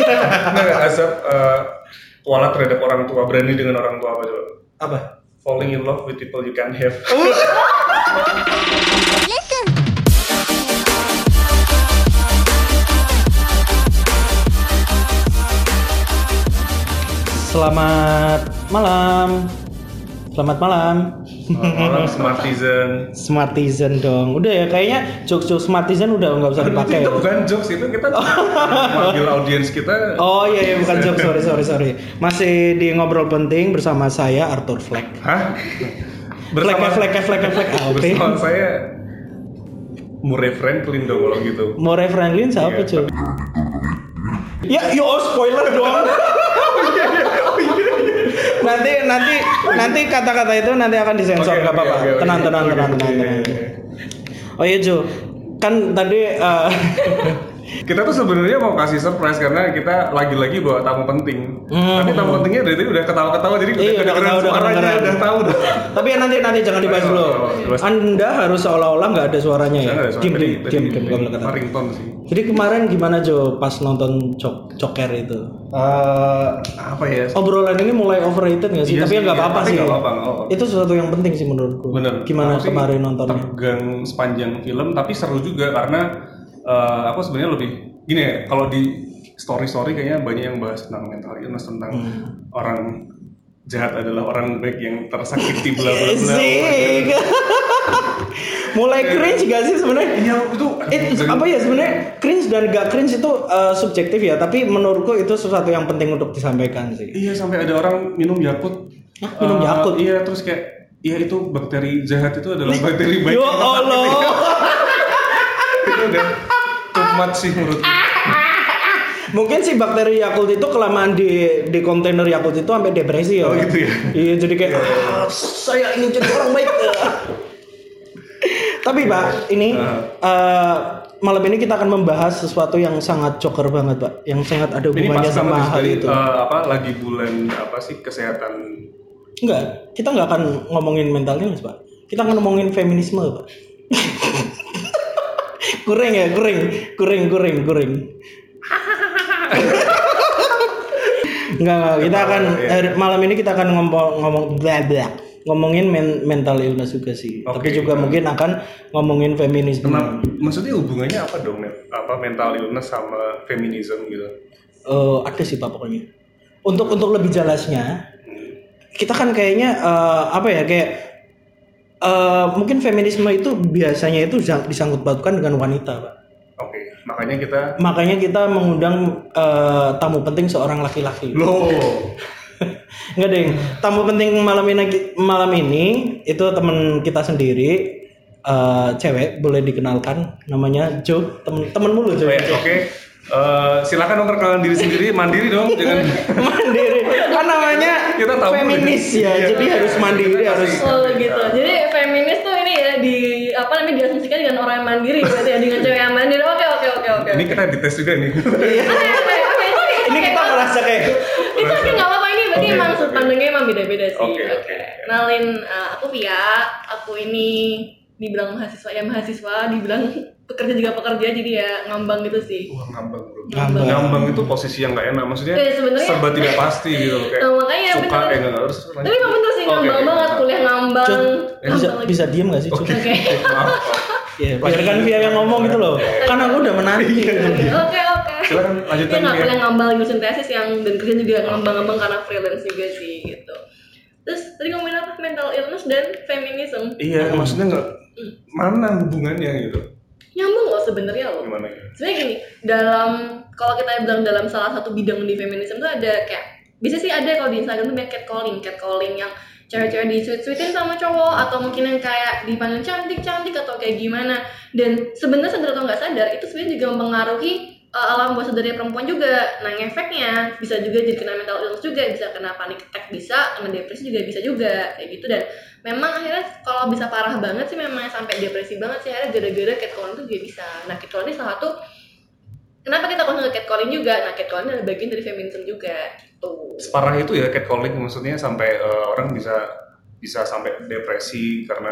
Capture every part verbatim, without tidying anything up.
Nggak, Azab uh, kualat terhadap orang tua, berani dengan orang tua apa coba? Apa? Falling in love with people you can't have. Selamat malam. Selamat malam. Selamat malam Smartizen. Smartizen dong. Udah ya kayaknya jokes-jokes Smartizen udah nggak usah dipakai. Itu bukan jokes, itu kita manggil audiens kita. Oh iya, iya bukan jokes, sorry sorry sorry. Masih di ngobrol penting bersama saya Arthur Fleck. Hah? Bersama Fleck Fleck Fleck Fleck A O P. Bersama saya Murray Franklin dong kalau gitu. Murray Franklin siapa cuy? Ya, yo spoiler dong. nanti nanti nanti kata-kata itu nanti akan disensor nggak okay, apa-apa. Okay, okay, tenang, tenang, okay, tenang, okay, tenang, okay. tenang. Oh iya Jo, kan tadi uh... kita tuh sebenarnya mau kasih surprise karena kita lagi-lagi bawa tamu penting. Hmm. Tapi tamu pentingnya dari tadi udah ketawa-ketawa jadi iya, udah kedengeran suaranya, udah tahu dah. Tapi nanti nanti jangan dibahas dulu. Anda harus seolah-olah nggak ada suaranya ya. Diam diam diam diam nggak boleh ketawa. Ringtone sih. Jadi kemarin gimana Jo pas nonton cok coker itu? Uh, apa ya? Obrolan ini mulai overrated nggak sih? Iya tapi ya nggak iya, apa-apa sih. Gak apa-apa, gak apa-apa. Itu sesuatu yang penting sih menurutku. Bener. Gimana aku kemarin nontonnya? Tegang sepanjang film tapi seru juga karena uh, aku sebenarnya lebih gini ya, kalau di story-story kayaknya banyak yang bahas tentang mental illness, tentang hmm. orang jahat adalah orang baik yang tersakiti bla bla bla. Mulai cringe gak sih sebenarnya? Iya itu. It, apa ya sebenarnya cringe dan gak cringe itu uh, subjektif ya, tapi menurutku itu sesuatu yang penting untuk disampaikan sih. Iya, sampai ada orang minum Yakult. Hah, minum uh, Yakult? Iya, terus kayak iya itu bakteri jahat itu adalah bakteri baik. Ya Allah. Itu udah too much sih menurutku. Mungkin si bakteri Yakult itu kelamaan di di kontainer Yakult itu sampai depresi ya. Oh gitu ya. Iya, jadi kayak ah, saya ingin jadi orang baik. Tapi Pak, ini uh. Uh, malam ini kita akan membahas sesuatu yang sangat joker banget Pak, yang sangat ada hubungannya sama hal dari, itu. Uh, apa lagi bulan apa sih kesehatan? Enggak, kita nggak akan ngomongin mental illness Pak. Kita akan ngomongin feminisme Pak. Kuring ya, kuring, kuring, kuring, kuring. Enggak, kita akan eh, malam ini kita akan ngomong ngomong bla bla. Ngomongin men- mental illness juga sih. Okay. Tapi juga mungkin akan ngomongin feminisme. Kenapa? Maksudnya hubungannya apa dong? Apa mental illness sama feminisme gitu? Uh, ada sih Pak pokoknya. Untuk untuk lebih jelasnya, hmm. kita kan kayaknya uh, apa ya kayak uh, mungkin feminisme itu biasanya itu disangkut pautkan dengan wanita Pak. Oke, okay. makanya kita makanya kita mengundang uh, tamu penting seorang laki-laki. Loh. Enggak deh, tamu penting malam ini malam ini itu teman kita sendiri, uh, cewek, boleh dikenalkan namanya Jo, temen temenmu loh Jo. Oke, okay. uh, silakan dong perkenalan diri sendiri, mandiri dong, jangan mandiri. Kan namanya kita tahu feminis ya, ya, jadi ya, harus mandiri harus. Oh gitu. Jadi feminis tuh ini ya di apa namanya diasumsikan dengan orang yang mandiri, berarti ya dengan cewek yang mandiri. Oke oke oke oke. Ini kita dites juga nih. Ini kita merasa kayak itu oke nggak apa-apa ini berarti okay, emang sudut okay. pandangnya emang beda-beda sih. Oke. Okay, okay. okay. Kenalin uh, aku Pia, aku ini dibilang mahasiswa ya mahasiswa, dibilang pekerja juga pekerja jadi ya ngambang gitu sih. Wah ngambang bro. Ngambang. Ngambang itu posisi yang nggak enak maksudnya. Ya, serba tidak pasti gitu kayak. Nah, makanya suka bener. eh nggak harus. Tapi emang bener sih ngambang okay, banget okay. Kuliah ngambang. Cun, bisa, bisa diem nggak sih Cun? Oke. Okay. Maaf. Ya, biarkan Via yang ngomong gitu loh. Kan aku udah menanti. Oke oke. Silakan lanjutkan. Dia nggak kuliah ngambang ngurusin tesis yang dan kerja juga ngambang-ngambang karena freelance juga sih gitu. Terus tadi ngomongin apa mental illness dan feminism. Iya, hmm. maksudnya nggak hmm. mana hubungannya gitu? Nyambung loh sebenarnya loh. Gimana ya? Sebenarnya gini, dalam kalau kita bilang dalam salah satu bidang di feminism tuh ada kayak bisa sih ada kalau di Instagram tuh kayak catcalling, catcalling yang cewek-cewek di-sweet-sweetin sama cowok atau mungkin yang kayak dipanggil cantik-cantik atau kayak gimana. Dan sebenarnya sadar atau nggak sadar itu sebenarnya juga mempengaruhi uh, alam bawah sadar perempuan juga. Nah efeknya bisa juga jadi kena mental illness juga, bisa kena panic attack, bisa kena depresi juga bisa juga kayak gitu. Dan memang akhirnya kalau bisa parah banget sih memang sampai depresi banget sih akhirnya gara-gara catcalling itu juga bisa. Nah catcalling ini salah satu kenapa kita konsen ke catcalling juga. Nah catcalling adalah bagian dari feminism juga. Tuh. Separah itu ya catcalling maksudnya sampai uh, orang bisa bisa sampai depresi karena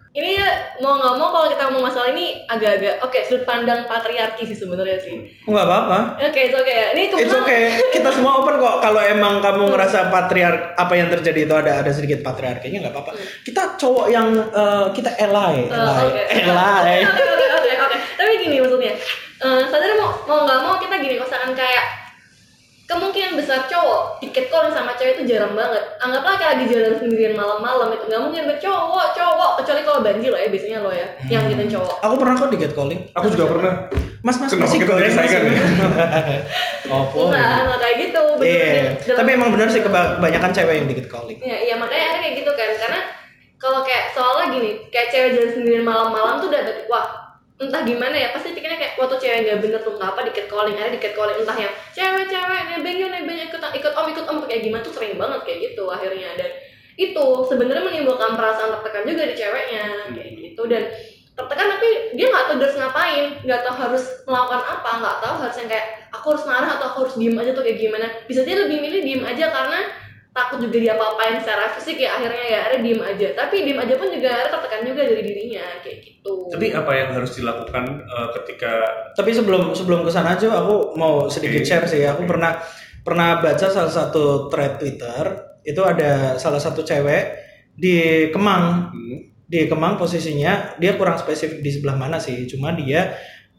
ini ya mau nggak mau kalau kita ngomong masalah ini agak-agak oke sudut pandang patriarki sih sebenarnya sih. Nggak apa-apa. Oke, it's okay. Ini It's kebetulan okay. Kita semua open kok. Kalau emang kamu ngerasa patriark apa yang terjadi itu ada ada sedikit patriarkinya nggak apa-apa. Kita cowok yang uh, kita elai, Uh, elai, oke. elai. Oke, oke, oke, oke. Tapi gini maksudnya, uh, sebenarnya mau mau nggak mau kita gini, misalkan kayak kemungkinan besar cowok tiket calling sama cewek itu jarang banget. Anggaplah kayak lagi jalan sendirian malam-malam itu nggak mungkin ada cowok cowok kecuali kalau banjir lo ya biasanya lo ya hmm. yang gitu cowok. Aku pernah kok di get calling. Aku juga pernah. Mas mas Kenapa masih kita goreng disaingkan masih. ya? Oh boy. Nah, nah kayak gitu. Iya. Yeah. Tapi emang benar sih kebanyakan cewek yang di get calling. Iya, iya makanya ada kayak gitu kan. Karena kalau kayak soalnya gini, kayak cewek jalan sendirian malam-malam tuh udah wah entah gimana ya pasti pikirnya kayak waktu cewek nggak bener tuh nggak apa di catcalling ada di catcalling entah yang cewek-cewek nebeng yuk nebeng ikut ikut om ikut om kayak gimana tuh sering banget kayak gitu akhirnya dan itu sebenarnya menimbulkan perasaan tertekan juga di ceweknya kayak gitu dan tertekan tapi dia nggak tahu harus ngapain nggak tahu harus melakukan apa nggak tahu harus yang kayak aku harus marah atau aku harus diem aja tuh kayak gimana bisa dia lebih milih diem aja karena takut juga dia apa-apain secara fisik ya akhirnya ya ada diem aja tapi diem aja pun juga ada tertekan juga dari dirinya kayak gitu. Tapi apa yang harus dilakukan uh, ketika Tapi sebelum sebelum kesana aja aku mau sedikit okay. share sih aku okay. pernah pernah baca salah satu thread Twitter itu ada salah satu cewek di Kemang hmm. di Kemang posisinya dia kurang spesifik di sebelah mana sih cuma dia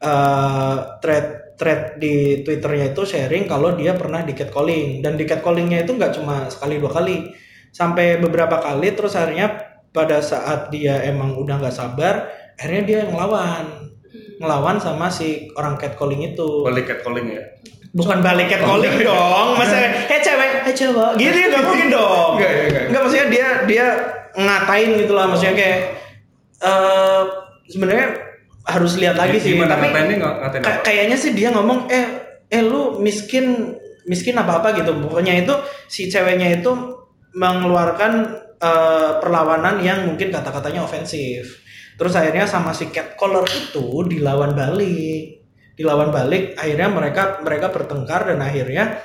uh, thread thread di Twitternya itu sharing kalau dia pernah di catcalling dan di catcallingnya itu nggak cuma sekali dua kali sampai beberapa kali terus akhirnya pada saat dia emang udah nggak sabar akhirnya dia ngelawan ngelawan sama si orang catcalling itu balik catcalling ya bukan balik catcalling dong maksudnya hei cewek hei cewek gitu nggak mungkin dong nggak ya, nggak nggak maksudnya dia dia ngatain gitu lah maksudnya kayak uh, sebenarnya harus lihat lagi sih gimana tapi ngatain ngatain k- kayaknya sih dia ngomong eh eh lu miskin miskin apa apa gitu pokoknya itu si ceweknya itu mengeluarkan uh, perlawanan yang mungkin kata-katanya ofensif terus akhirnya sama si catcaller itu dilawan balik dilawan balik akhirnya mereka mereka bertengkar dan akhirnya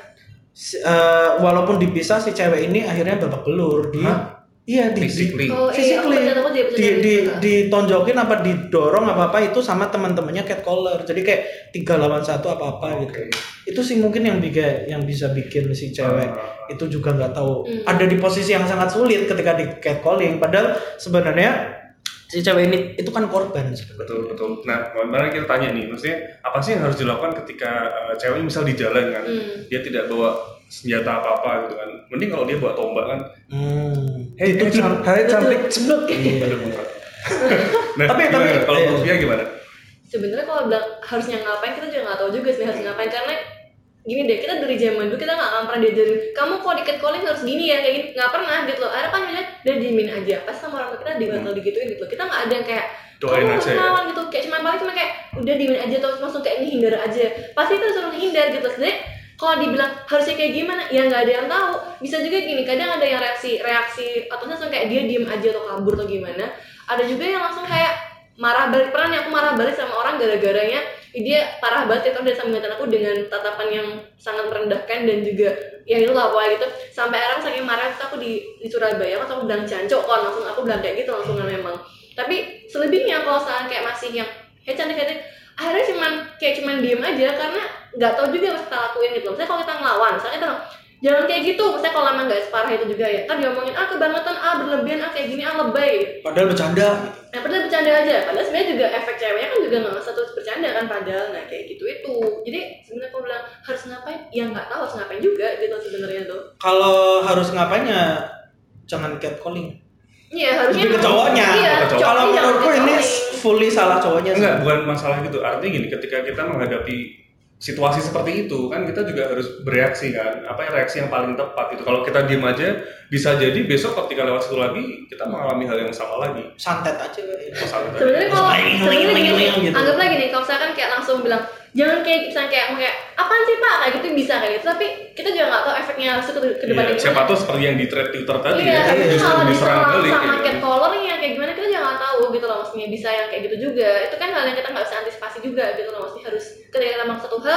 uh, walaupun dipisah si cewek ini akhirnya babak belur di Hah? Iya di physically, oh, physically. iya, aku di, di, ditonjokin apa didorong apa apa itu sama teman-temannya catcaller jadi kayak tiga lawan satu apa apa gitu itu sih mungkin yang bikin yang bisa bikin si cewek uh. itu juga nggak tahu hmm. ada di posisi yang sangat sulit ketika di catcalling padahal sebenarnya si cewek ini itu kan korban sebenarnya. Betul betul. Nah, kemarin kita tanya nih, maksudnya apa sih yang harus dilakukan ketika uh, cewek misal di jalan kan, hmm. dia tidak bawa senjata apa apa gitu kan, mending kalau dia bawa tombak kan. Hmm. Hei, itu hai cantik ceblok. Nah, tapi gimana? tapi Kalau Sofia gimana? Sebenarnya kalau bilang harusnya ngapain kita juga nggak tahu juga sih harus ngapain karena gini deh kita dari zaman dulu kita nggak akan pernah diajarin kamu kalau di catcalling harus gini ya kayak gini nggak pernah gitu loh ada kan misalnya udah diemin aja pas sama orang tua kita dibantu hmm. digituin gitu kita nggak ada yang kayak doain kamu aja kenalan ya? gitu kayak cuma paling cuma kayak udah diemin aja terus langsung kayak ini hindar aja pasti itu suruh hindar gitu sebenarnya kalau dibilang harusnya kayak gimana ya nggak ada yang tahu bisa juga gini kadang ada yang reaksi reaksi atau langsung kayak dia diem aja atau kabur atau gimana ada juga yang langsung kayak marah balik pernah nih aku marah balik sama orang gara-garanya dia parah banget itu dan sambil ngeliatin aku dengan tatapan yang sangat merendahkan dan juga ya itu lah pokoknya gitu sampai akhirnya saking marah aku di, di Surabaya waktu aku bilang jancok kan langsung aku bilang kayak gitu langsung memang tapi selebihnya kalau misalnya kayak masih yang hei cantik cantik akhirnya cuman kayak cuman diem aja karena nggak tahu juga yang kita lakuin gitu misalnya kalau kita ngelawan misalnya kita jangan kayak gitu misalnya kalau emang nggak separah itu juga ya kan diomongin ah kebangetan ah berlebihan ah kayak gini ah lebay padahal bercanda nah padahal bercanda aja padahal sebenarnya juga efek ceweknya kan juga nggak satu bercanda kan padahal nah kayak gitu itu jadi sebenarnya kalau bilang harus ngapain ya nggak tahu harus ngapain juga gitu sebenarnya tuh kalau harus ngapainnya jangan catcalling iya harusnya lebih ke cowoknya iya, kalau menurutku ini fully salah cowoknya enggak bukan masalah gitu artinya gini ketika kita menghadapi situasi seperti itu kan kita juga harus bereaksi kan apa yang reaksi yang paling tepat itu kalau kita diem aja bisa jadi besok ketika lewat situ lagi kita mengalami hal yang sama lagi santet aja oh, santet sebenarnya kalau sering ini gini gitu. Anggap lagi nih kalau misalkan kayak langsung bilang jangan kayak misalnya kayak kayak apaan sih pak kayak gitu bisa kayak gitu tapi kita juga nggak tahu efeknya langsung ke, ke depan iya, siapa tahu seperti yang di thread Twitter tadi iya, ya iya, justru kalau diserang balik sama gitu. catcallernya kayak gimana kita juga nggak tahu gitu loh maksudnya bisa yang kayak gitu juga itu kan hal yang kita nggak bisa antisipasi juga gitu loh maksudnya harus ketika kita mau satu hal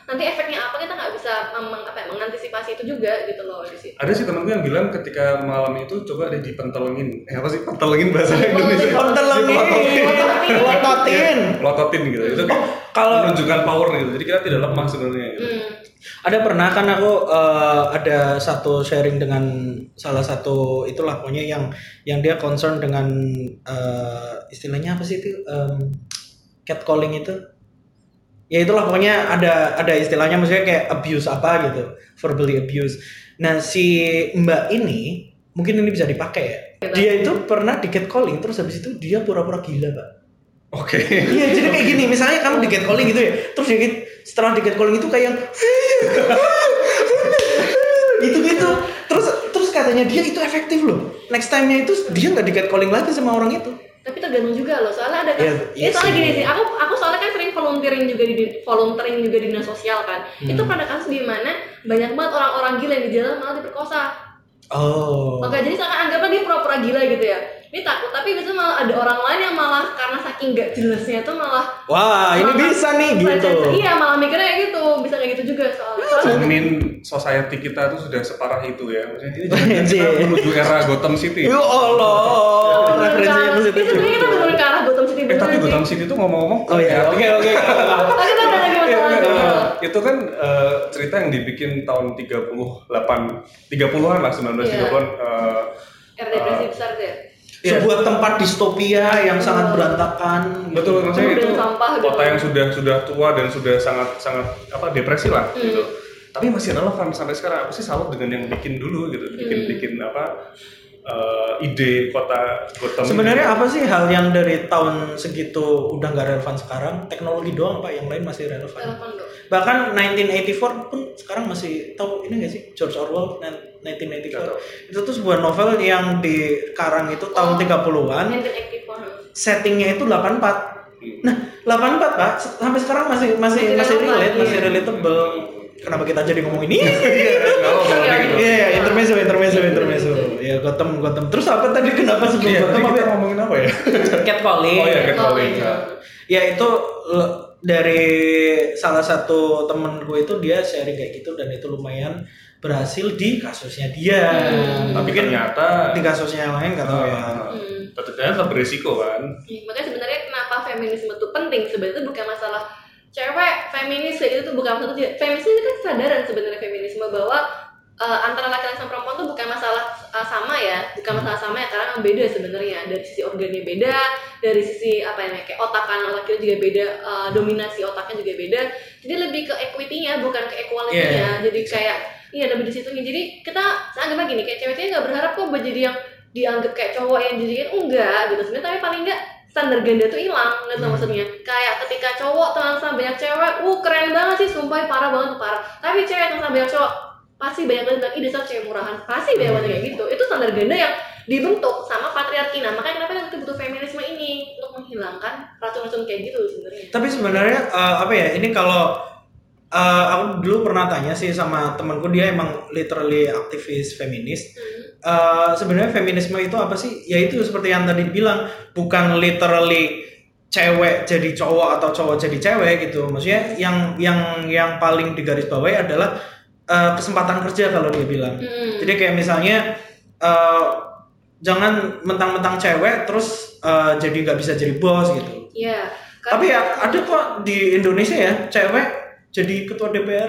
nanti efeknya apa kita nggak bisa meng, apa ya, mengantisipasi itu juga gitu loh di situ. Ada sih temanku yang bilang ketika malam itu coba deh dipentelengin. Eh apa sih pentelengin bahasa Indonesia? Pentelengin, lototin, lototin gitu. Itu oh, kalau menunjukkan power gitu. Jadi kita tidak lemah sebenarnya. Gitu. Hmm. Ada pernah kan aku uh, ada satu sharing dengan salah satu itulah pokoknya yang yang dia concern dengan uh, istilahnya apa sih itu um, catcalling itu. Ya itulah pokoknya ada ada istilahnya maksudnya kayak abuse apa gitu, verbally abuse. Nah si Mbak ini mungkin ini bisa dipakai ya. Dia itu pernah di catcalling terus habis itu dia pura-pura gila Pak. Oke. Okay. Iya jadi kayak gini misalnya kamu di catcalling gitu ya, terus dia setelah di catcalling itu kayak yang gitu-gitu. Terus terus katanya dia itu efektif loh. Next time-nya itu dia nggak di catcalling lagi sama orang itu. Tapi tergantung juga loh, soalnya ada kan, ya, ya, soalnya gini sih, aku aku soalnya kan sering volunteering juga di volunteering juga di dinas sosial kan, hmm. itu pada kasus di mana banyak banget orang-orang gila yang di jalan malah diperkosa. Oh. Oke, jadi seakan anggaplah dia pura-pura gila gitu ya, ini takut, tapi biasanya malah ada orang lain yang malah karena saking gak jelasnya itu malah. Wah, ini malah, bisa nih gitu. Iya, malah mikirnya kayak gitu, bisa kayak gitu juga soalnya. soalnya Cermin society kita tuh sudah separah itu ya, maksudnya ini kita menuju era Gotham City. Ya Allah. Referensinya ke situ. Itu sebenarnya kita benar ke arah Gotham City. Eh tapi Gotham City tuh ngomong-ngomong. Oh iya, oke oke. Oke, kita ada lagi masalah. Itu kan uh, cerita yang dibikin tahun tiga puluh delapan tiga puluhan lah sembilan belas tiga puluhan uh, era depresi besar deh. Sebuah tempat distopia yang oh. sangat berantakan. Betul, maksudnya itu sampah, kota gitu. yang sudah sudah tua dan sudah sangat sangat apa depresi lah hmm. gitu. Tapi masih relevan sampai sekarang. Aku sih salut dengan yang bikin dulu gitu, bikin hmm. bikin apa uh, ide kota Gotham. Sebenarnya apa sih hal yang dari tahun segitu udah nggak relevan sekarang? Teknologi doang Pak, yang lain masih relevan. Relevan dong. Bahkan nineteen eighty-four pun sekarang masih tahu ini nggak sih George Orwell nineteen eighty-four. Itu tuh sebuah novel yang dikarang itu tahun oh, tiga puluhan. nineteen eighty-four. Settingnya itu delapan puluh empat. Nah, delapan puluh empat Pak, sampai sekarang masih masih masih, masih relate, masih relatable. Kenapa kita jadi ngomong ini? Iya, iya, intermezzo, intermezzo, intermezzo. Ya, Gotham, Gotham. Terus apa tadi kenapa sebelum yeah, Gotham kita ngomongin apa ya? Catcalling. Oh ya, catcalling. Ya itu dari salah satu temen gue itu dia sharing kayak gitu dan itu lumayan berhasil di kasusnya dia. Hmm. Tapi ternyata di kasusnya yang lain nggak tahu ya. Hmm. Ternyata berisiko kan. Ya, makanya sebenarnya kenapa feminisme itu penting sebenarnya itu bukan masalah cewek feminis itu tuh bukan masalah itu. Feminis itu kan kesadaran sebenarnya feminisme bahwa uh, antara laki-laki sama perempuan tuh bukan masalah uh, sama ya, bukan masalah sama ya karena beda sebenarnya dari sisi organnya beda, dari sisi apa ya kayak otakan laki juga beda, uh, dominasi otaknya juga beda. Jadi lebih ke equity-nya bukan ke equality-nya. Yeah. Jadi kayak iya lebih di situnya. Jadi kita anggapnya gini kayak cewek-cewek nggak berharap kok jadi yang dianggap kayak cowok yang jadikan enggak gitu sebenarnya, tapi paling enggak standar ganda tuh hilang gitu hmm. maksudnya. Kayak ketika cowok teman sama banyak cewek, uh keren banget sih, sumpah parah banget parah. Tapi cewek teman sama banyak cowok, pasti banyak banget bilang, ih dasar cewek murahan. Pasti banyak banget kayak gitu. Itu standar ganda yang dibentuk sama patriarki. Nah, makanya kenapa kita butuh feminisme ini untuk menghilangkan racun-racun kayak gitu sebenarnya. Tapi sebenarnya uh, apa ya? Ini kalau uh, aku dulu pernah tanya sih sama temanku, dia emang literally aktivis feminis. Hmm. Uh, sebenarnya feminisme itu apa sih? Ya itu seperti yang tadi bilang, bukan literally cewek jadi cowok atau cowok jadi cewek gitu. Maksudnya yang yang yang paling digarisbawahi adalah uh, kesempatan kerja kalau dia bilang. Hmm. Jadi kayak misalnya uh, jangan mentang-mentang cewek terus uh, jadi nggak bisa jadi bos gitu. Iya. Tapi ya ada kok di Indonesia ya cewek jadi ketua D P R.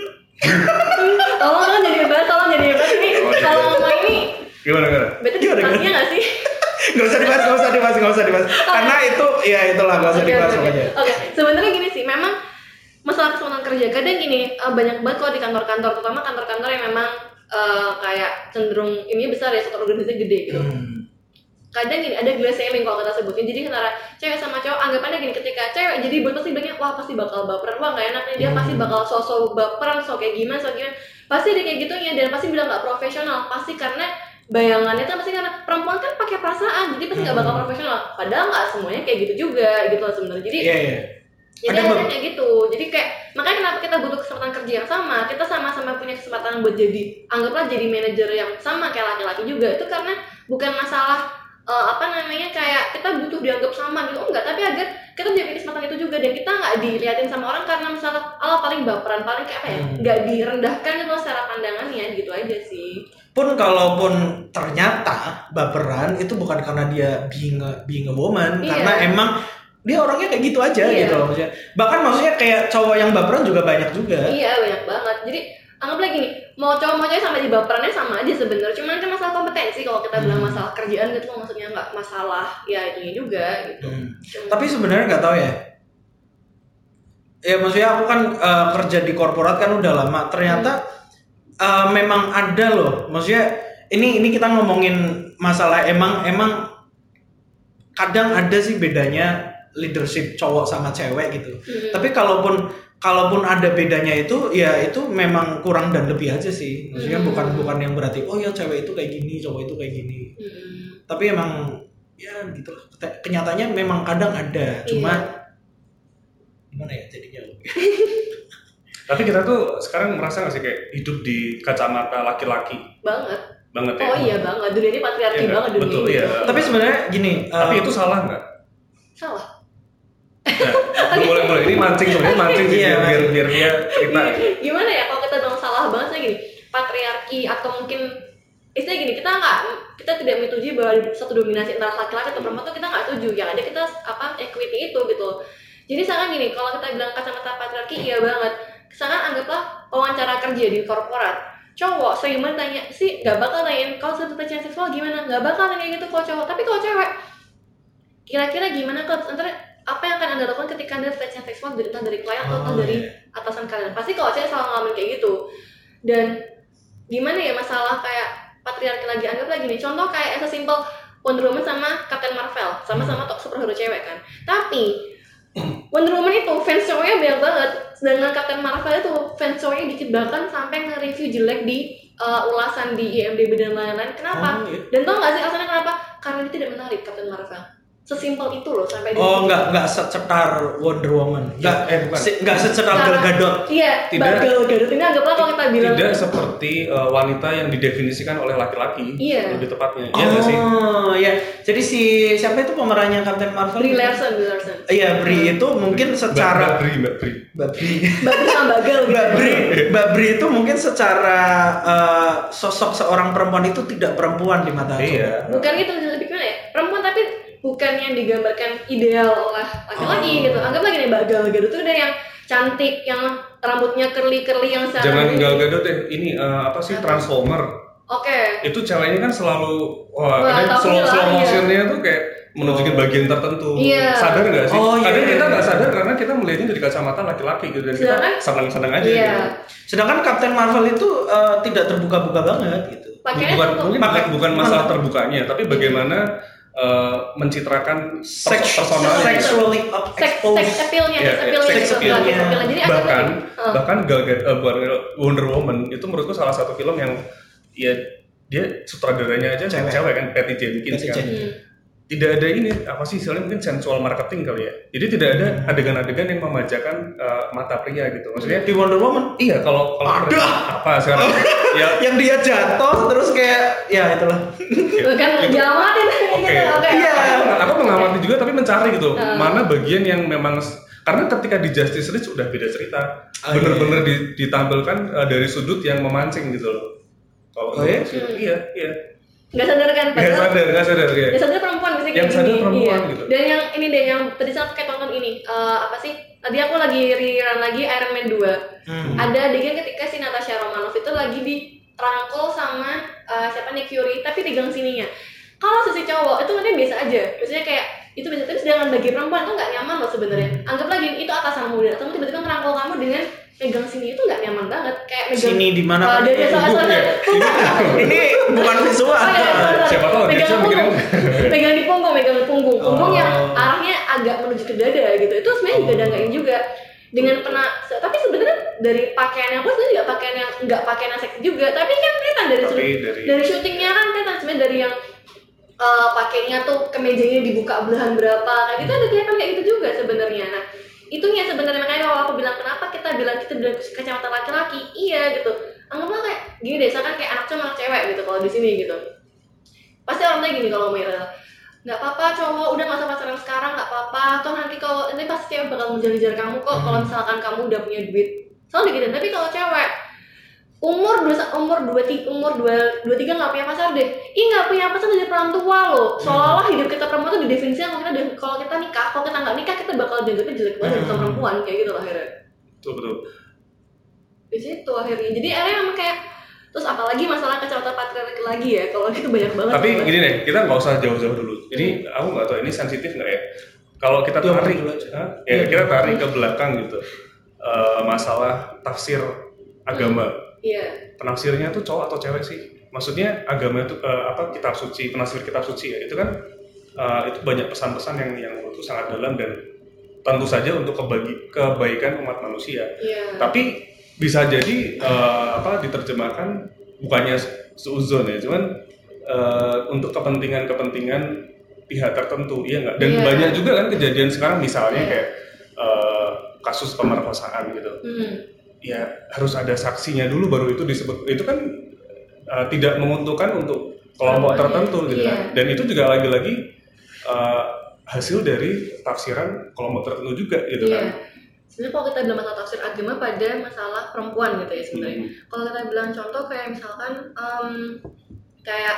Tolong kan jadi bebas, tolong jadi bebas nih. Kalau ngomong ini gimana gimana? Berarti dipastinya nggak sih? Gak usah dibahas, gak usah dibahas, gak usah dibahas. Karena itu, ya itulah gak usah okay, dibahas okay, pokoknya. Oke, okay. Sebenarnya gini sih, memang masalah kesempatan kerja. Kadang gini, banyak banget kalau di kantor-kantor, terutama kantor-kantor yang memang uh, kayak cenderung ini besar ya, satu organisasi gede gitu. Hmm. Kadang gini, ada glass ceiling kalau kita sebutnya. Jadi antara cewek sama cowok, anggapannya gini, ketika cewek jadi buat pasti bilangnya, wah pasti bakal baperan, wah gak enaknya dia hmm. pasti bakal sosok baperan, sok kayak gimana, sok gimana. Pasti ada kayak gitunya dan pasti bilang gak profesional, pasti karena bayangannya tuh pasti karena perempuan kan pakai perasaan, jadi pasti nggak bakal profesional. Padahal nggak semuanya kayak gitu juga, gitu loh sebenarnya. Jadi, yeah, yeah. jadi ada kayak gitu. Jadi kayak makanya kenapa kita butuh kesempatan kerja yang sama, kita sama-sama punya kesempatan buat jadi, anggaplah jadi manajer yang sama kayak laki-laki juga. Itu karena bukan masalah uh, apa namanya kayak kita butuh dianggap sama gitu, oh enggak, tapi agar kita punya kesempatan itu juga dan kita nggak dilihatin sama orang karena misalnya ala paling baperan, paling kayak apa ya, nggak hmm. direndahkan gitu secara pandangannya, gitu aja sih. Pun kalaupun ternyata baperan itu bukan karena dia being a, being a woman, iya. karena emang dia orangnya kayak gitu aja iya. gitu loh maksudnya. Bahkan maksudnya kayak cowok yang baperan juga banyak juga. Iya banyak banget. Jadi anggaplah gini, mau cowok mau cewek sama di baperannya sama aja sebenarnya. Cuman kan masalah kompetensi kalau kita hmm. bilang masalah kerjaan gitu maksudnya nggak masalah ya itunya juga gitu. Hmm. Tapi sebenarnya nggak tahu ya. Ya maksudnya aku kan uh, kerja di korporat kan udah lama. Ternyata hmm. uh, memang ada loh. Maksudnya ini ini kita ngomongin masalah emang emang kadang ada sih bedanya leadership cowok sama cewek gitu. Hmm. Tapi kalaupun kalaupun ada bedanya itu ya itu memang kurang dan lebih aja sih. Maksudnya hmm. bukan bukan yang berarti oh ya cewek itu kayak gini, cowok itu kayak gini. Hmm. Tapi emang ya gitu lah. Kenyataannya memang kadang ada. Cuma yeah. gimana ya jadinya. Tapi kita tuh sekarang merasa nggak sih kayak hidup di kacamata laki-laki? Banget. Banget ya. Oh iya banget. Dunia ini patriarki ya, banget dunia. Betul iya. Tapi sebenarnya gini. Tapi um, itu salah nggak? Salah. Nah, boleh boleh ini mancing sebenarnya mancing sih biar biar biar dia kita. Gimana ya kalau kita bilang salah banget sih gini, patriarki atau mungkin istilahnya gini, kita nggak kita tidak menyetujui bahwa satu dominasi antara laki-laki atau perempuan itu kita nggak setuju. Yang ada kita apa equity itu gitu. Jadi sangat gini, kalau kita bilang kacamata patriarki iya banget. Sangat anggaplah wawancara kerja di korporat. Cowok sering banget tanya sih nggak bakal nanyain kalau soal pelecehan seksual gimana, nggak bakal nanya gitu kalau cowok. Tapi kalau cewek kira-kira gimana kalau antara apa yang akan anda lakukan ketika anda pelecehan seksual entah dari klien atau oh, dari yeah. atasan kalian? Pasti kalau saya selalu ngalamin kayak gitu. Dan gimana ya masalah kayak patriarki lagi, anggaplah gini, contoh kayak sesimpel Wonder Woman sama Captain Marvel, sama-sama tok superhero cewek kan. Tapi Wonder Woman itu fans cowoknya banyak banget, sedangkan Captain Marvel itu fans cowoknya dikit, bahkan sampai nge-review jelek di uh, ulasan di I M D B dan lain-lain. Kenapa? Oh, yeah. Dan tau gak sih alasannya kenapa? Karena dia tidak menarik Captain Marvel. Sesimpel itu loh sampai oh nggak nggak secetar Wonder Woman nggak eh bukan se, nggak secetar Gal Gadot iya tidak Gal Gadot ini anggaplah kalau kita bilang tidak seperti uh, wanita yang didefinisikan oleh laki-laki iya lebih tepatnya oh, iya nggak sih oh ya jadi si siapa itu pemerannya Captain Marvel Brie Larson Brie Larson iya Brie hmm. itu mungkin secara Mbak Brie Mbak Brie Mbak Brie Mbak Brie sama Bagal Mbak Brie Mbak Brie itu mungkin secara uh, sosok seorang perempuan itu tidak perempuan di mata aku iya. bukan gitu lebih gimana ya perempuan tapi bukan yang digambarkan ideal oleh laki-laki oh. gitu. Anggaplah gini, Mbak Gal Gadot itu udah yang cantik, yang rambutnya curly-curly yang secara jangan Gal Gadot deh, ini uh, apa sih apa? Transformer. Oke. Okay. Itu ceweknya kan selalu wah, wah slow, slow motionnya tuh kayak menunjukin oh. bagian tertentu. Iya. Sadar nggak sih? Oh, kadang iya. kita nggak sadar karena kita melihatnya dari kacamata laki-laki gitu dan sedangkan, kita senang-senang aja. Iya. Gitu. Sedangkan Captain Marvel itu uh, tidak terbuka-buka banget gitu. Pakainya bukan untuk, mungkin bukan, bukan masalah terbukanya, tapi bagaimana Uh, mencitrakan Seks, personal sexually exposed sex appeal-nya yeah, appeal-nya sex appeal-nya jadi bahkan uh. bahkan Gal Gadot uh, Wonder Woman itu menurutku salah satu film yang ya dia sutradaranya aja cewek, cewek kan Patty Jenkins kan hmm. tidak ada ini apa sih istilahnya mungkin sensual marketing kali ya jadi tidak ada adegan-adegan yang memanjakan uh, mata pria gitu maksudnya di Wonder Woman iya kalau kalau ada apa sekarang ya yang dia jatuh terus kayak ya itulah bukan diamatin oke iya aku mengamati juga tapi mencari gitu uh. mana bagian yang memang karena ketika di Justice League sudah beda cerita oh, bener-bener iya. ditampilkan uh, dari sudut yang memancing gitu loh kalau oh, iya? Hmm. iya iya nggak sadar kan nggak sadar nggak sadar ya nggak sadar perempuan bisa yang kayak sadar gini perempuan iya. gitu dan yang ini deh yang tadi saya kayak tonton ini uh, apa sih tadi aku lagi rerun lagi Iron Man dua hmm. ada adegan ketika si Natasha Romanoff itu lagi dirangkul sama uh, siapa nih Fury tapi pegang sininya kalau sisi cowok itu nanti biasa aja maksudnya kayak itu biasa tapi sedangkan bagi perempuan itu nggak nyaman loh sebenarnya anggap lagi itu atasanmu dan atasanmu tiba-tiba ngerangkul kamu dengan pegang sini itu nggak nyaman banget kayak megang sini di mana uh, dari soal-soal ini bukan visual oh, ya, siapa tahu pegang punggung pegang di punggung pegang di punggung punggung oh. yang arahnya agak menuju ke dada gitu itu sebenarnya juga danggain juga dengan pernah tapi sebenarnya dari pakaian yang plus itu juga pakaian yang nggak pakaian yang seksi juga tapi kan kelihatan dari tapi dari, dari dari syutingnya kan kelihatan sebenarnya dari yang uh, pakainya tuh kemejanya dibuka belahan berapa kayak gitu ada kelihatan kayak gitu juga sebenarnya nah itunya sebenarnya makanya kalau aku bilang kenapa kita bilang kita bilang kacamata laki-laki iya gitu anggaplah kayak gini deh misalkan kayak anak cowok anak cewek gitu kalau di sini gitu pasti orangnya gini kalau mau nggak apa-apa cowok udah nggak usah pacaran sekarang, nggak apa-apa, toh nanti kalau nanti pasti cewek bakal ngejar-ngejar kamu kok kalau misalkan kamu udah punya duit, soalnya gitu. Tapi kalau cewek umur dua umur dua tiga umur dua dua tiga nggak punya pacar deh, ih nggak punya pacar dari orang tua loh, seolah-olah hidup kita perempuan tuh didefinisikan kalau kita kalau kita nikah, kalau kita nggak nikah kita bakal dianggapnya jelek banget dari perempuan kayak gitu lah akhirnya. Betul betul. Di situ akhirnya, jadi akhirnya memang kayak terus apalagi masalah kacamata patriarki lagi ya, kalau itu banyak banget. Tapi soalnya. Gini deh, kita nggak usah jauh-jauh dulu. Ini hmm. aku nggak tahu ini sensitif nggak ya. Kalau kita tarik, ya, ya kita tarik ke belakang gitu, uh, masalah tafsir agama. Iya. Hmm. Penafsirnya tuh cowok atau cewek sih? Maksudnya agama itu uh, apa kitab suci, penafsir kitab suci ya itu kan uh, itu banyak pesan-pesan yang yang itu sangat dalam dan tentu saja untuk kebagi, kebaikan umat manusia. Iya. Tapi bisa jadi uh, apa diterjemahkan bukannya seuzon ya, cuman uh, untuk kepentingan-kepentingan pihak tertentu, iya nggak? Dan yeah. banyak juga kan kejadian sekarang misalnya yeah. kayak uh, kasus pemerkosaan gitu, mm. ya harus ada saksinya dulu baru itu disebut, itu kan uh, tidak menguntungkan untuk kelompok oh, tertentu yeah. gitu kan, dan itu juga lagi-lagi uh, hasil dari tafsiran kelompok tertentu juga gitu yeah. kan. Sebenarnya kalau kita bilang masalah tafsir agama pada masalah perempuan gitu ya sebenarnya. Hmm. Kalau kita bilang contoh kayak misalkan um, kayak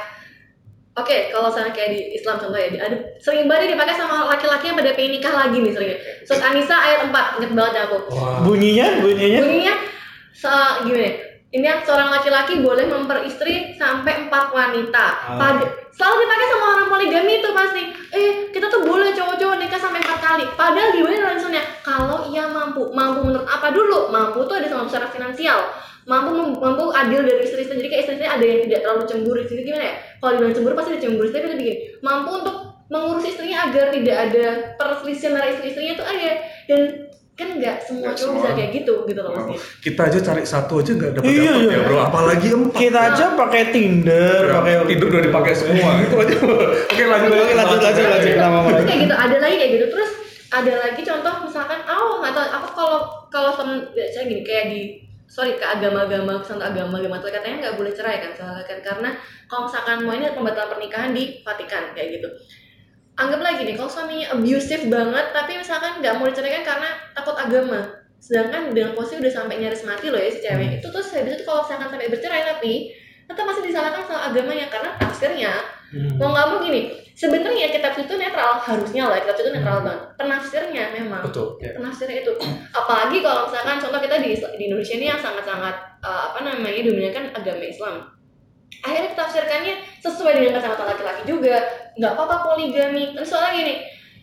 oke okay, kalau misalnya kayak di Islam contoh ya ada sering banget dipakai sama laki-laki yang pada pengen nikah lagi nih seringnya. Surat An-Nisa ayat empat inget banget aku. Wow. Bunyinya bunyinya bunyinya se gimana? Ini seorang laki-laki boleh memperistri sampai empat wanita. Oh. Pada, selalu dipakai sama orang poligami itu pasti. Eh, kita tuh boleh cowok-cowok nikah sampai empat kali. Padahal gimana langsungnya? Kalau ia mampu, mampu menurut apa dulu? Mampu tuh ada sama secara finansial. Mampu mampu adil dari istri-istri. Jadi kayak istri-istri ada yang tidak terlalu cemburu. Jadi gimana ya? Kalau dibilang cemburu pasti ada cemburu. Tapi itu begini, mampu untuk mengurus istrinya agar tidak ada perselisihan dari istri-istrinya itu ada. Dan kan nggak semua cowok bisa kayak gitu gitu loh pasti. Kita aja cari satu aja nggak dapat dapat iya, ya bro, apalagi empat. Kita nah. aja pakai Tinder, ya, pakai Tinder udah dipakai semua itu aja. Oke lanjut lagi lanjut lanjut lanjut nama lagi. Kayak gitu ada lagi kayak gitu terus ada lagi contoh misalkan oh nggak tahu aku kalau kalau temen saya gini kayak di sorry ke agama-agama pesantren agama-agama itu katanya nggak boleh cerai kan soalnya kan karena kalau misalkan mau ini pembatalan pernikahan di Vatikan kayak gitu. Anggap lagi nih, kalau suaminya abusive banget, tapi misalkan nggak mau diceraikan karena takut agama, sedangkan dengan posisi udah sampai nyaris mati loh ya si cewek, itu tuh saya bisa tuh kalau misalkan sampai bercerai tapi tetap masih disalahkan sama agamanya karena tafsirnya hmm. mau nggak mau gini, sebenarnya kitab itu netral harusnya lah kitab itu netral banget, penafsirnya memang, betul, ya. Penafsirnya itu, apalagi kalau misalkan contoh kita di, di Indonesia ini yang sangat-sangat uh, apa namanya dominankan agama Islam. Akhirnya ditafsirkannya sesuai dengan kacamata laki-laki juga, nggak apa-apa poligami. Tapi soalnya gini,